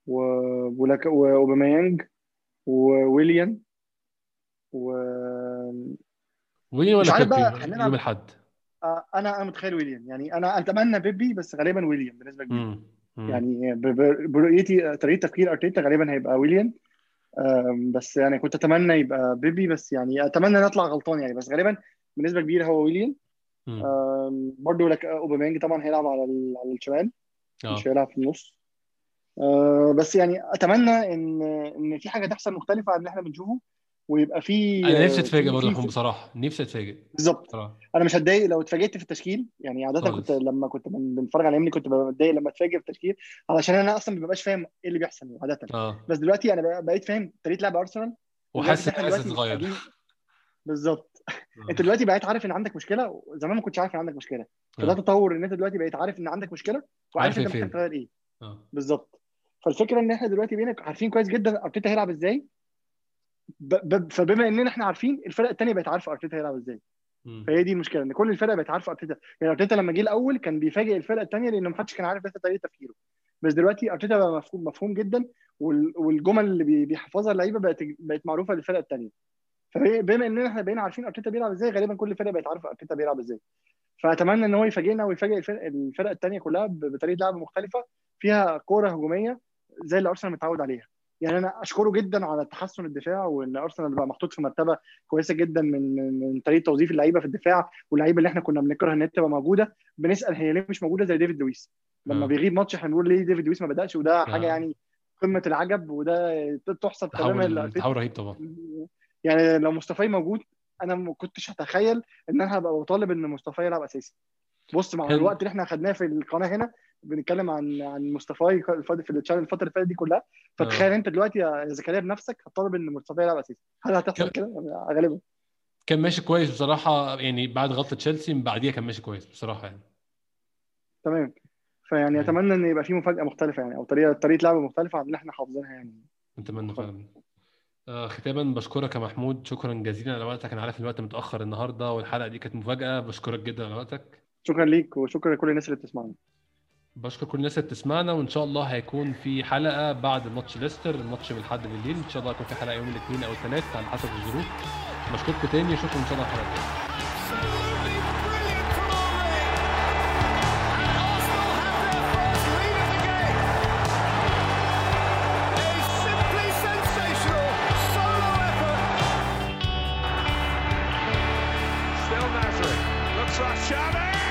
وبولاك واوباميانج وويليان و ويليان مش ولا عارف بيبي بقى يوم هنلعب. الاحد؟ آه، انا انا متخيل ويليان، يعني انا اتمنى بيبي بس غالبا ويليان بنسبه كبيره. امم امم يعني ب- ب- برؤيتي طريقه تفكير ارتيتا غالبا هيبقى ويليان. آم، بس يعني كنت اتمنى يبقى بيبي، بس يعني اتمنى ان اطلع غلطان يعني، بس غالبا بنسبه كبيره هو ويليان. امم آم، برضو لك اوباميانج طبعا هيلعب على ال- على الشمال، مش اه هيلعب في النص. آه، بس يعني اتمنى ان ان في حاجه تحصل مختلفه عن اللي احنا بنشوفه، ويبقى في انا نفسي آه، اتفاجئ في برضه يا في محمود، في- بصراحه نفسي اتفاجئ بالظبط. بصراحه انا مش هتضايق لو اتفاجئت في التشكيل، يعني عاده كنت خالص. لما كنت بن- بنتفرج على يمني كنت ببقى متضايق لما اتفاجئ في التشكيل، علشان انا اصلا ما ببقاش فاهم ايه اللي بيحصل عاده. اه بس دلوقتي انا بقى- بقيت فاهم طريقه لعب ارسنال، لدرجه وحاسس ان ان احنا عايز دلوقتي تتغير. محتاجين. بالظبط. انت اه دلوقتي بقيت عارف ان عندك مشكله، زمان ما كنتش عارف ان عندك مشكله. فده اه تطور ان انت دلوقتي بقيت عارف ان عندك مشكله، وعارف عارف ايه انت محتاج فين. تغير ايه. اه بالظبط. فالفكره ان احنا دلوقتي بقينا عارفين كويس جدا ارتيتا هيلعب ازاي. ب... ب... فبما اننا احنا عارفين، الفرق الثانيه بقت عارفه ارتيتا هيلعب ازاي. امم فهي دي المشكله، ان كل الفرق بقت عارفه ارتيتا. يعني ارتيتا لما جه الاول كان بيفاجئ الفرقه الثانيه لانه ما حدش كان عارف لسه طريقه تفكيره. بس دلوقتي ارتيتا بقى مفهوم مفهوم جدا، وال... والجمل اللي بي... بيحفظها اللعيبه بقت بقت معروفه للفرقه الثانيه. فبما اننا احنا بقينا عارفين ارتيتا بيلعب ازاي، غالبا كل الفرق بقت عارفه ارتيتا بيلعب ازاي. فاتمنى ان هو يفاجئنا ويفاجئ الفرق, الفرق الثانيه كلها ب- بطريقه لعب مختلفه، فيها كوره هجوميه زي اللي ارسنال متعود عليها. يعني انا اشكره جدا على تحسن الدفاع، وان ارسنال بقى محطوط في مرتبه كويسه جدا من من من طريقه توظيف اللعيبه في الدفاع، واللعيبه اللي احنا كنا بنكره ان هي تبقى موجوده بنسال هي ليه مش موجوده، زي ديفيد لويس. لما اه بيغيب ماتش احنا بنقول ليه ديفيد لويس ما بداش، وده حاجه اه يعني قمه العجب، وده تحسب تماما تحول لارتيتا. تحول رهيب طبعا. يعني لو مصطفى موجود، انا ما كنتش هتخيل ان انا هبقى بطالب ان مصطفى يلعب اساسي. بص، مع كان الوقت اللي احنا خدناه في القناه هنا بنتكلم عن عن مصطفى في التشانل الفتره اللي فاتت دي كلها، فتخيل اه انت دلوقتي يا زكريا بنفسك هتطالب ان مصطفى يلعب اساسي، هل هتحصل كان كده؟ يعني غالبا. كان ماشي كويس بصراحه، يعني بعد غلطه تشيلسي من بعديها كان ماشي كويس بصراحه يعني. تمام. فيعني تمام. اتمنى ان يبقى في مفاجاه مختلفه، يعني او طريقه طريقه لعب مختلفه عن اللي احنا حافظينها يعني نتمنى مؤخرا. فعلا. آه ختاما بشكرك يا محمود، شكرا جزيلا على وقتك. انا عارف ان الوقت متاخر النهارده والحلقه دي كانت مفاجاه، بشكرك جدا على وقتك. شكرا ليك، وشكرا لكل الناس اللي بتسمعنا. بشكر كل الناس اللي بتسمعنا، وان شاء الله هيكون في حلقه بعد ماتش ليستر، الماتش من الحد بالليل ان شاء الله هيكون في حلقه يوم الاثنين او الثلاث على حسب الظروف. بشكركم تاني، شكرا ان شاء الله على الحلقه. Still Nazareth looks like Xavi.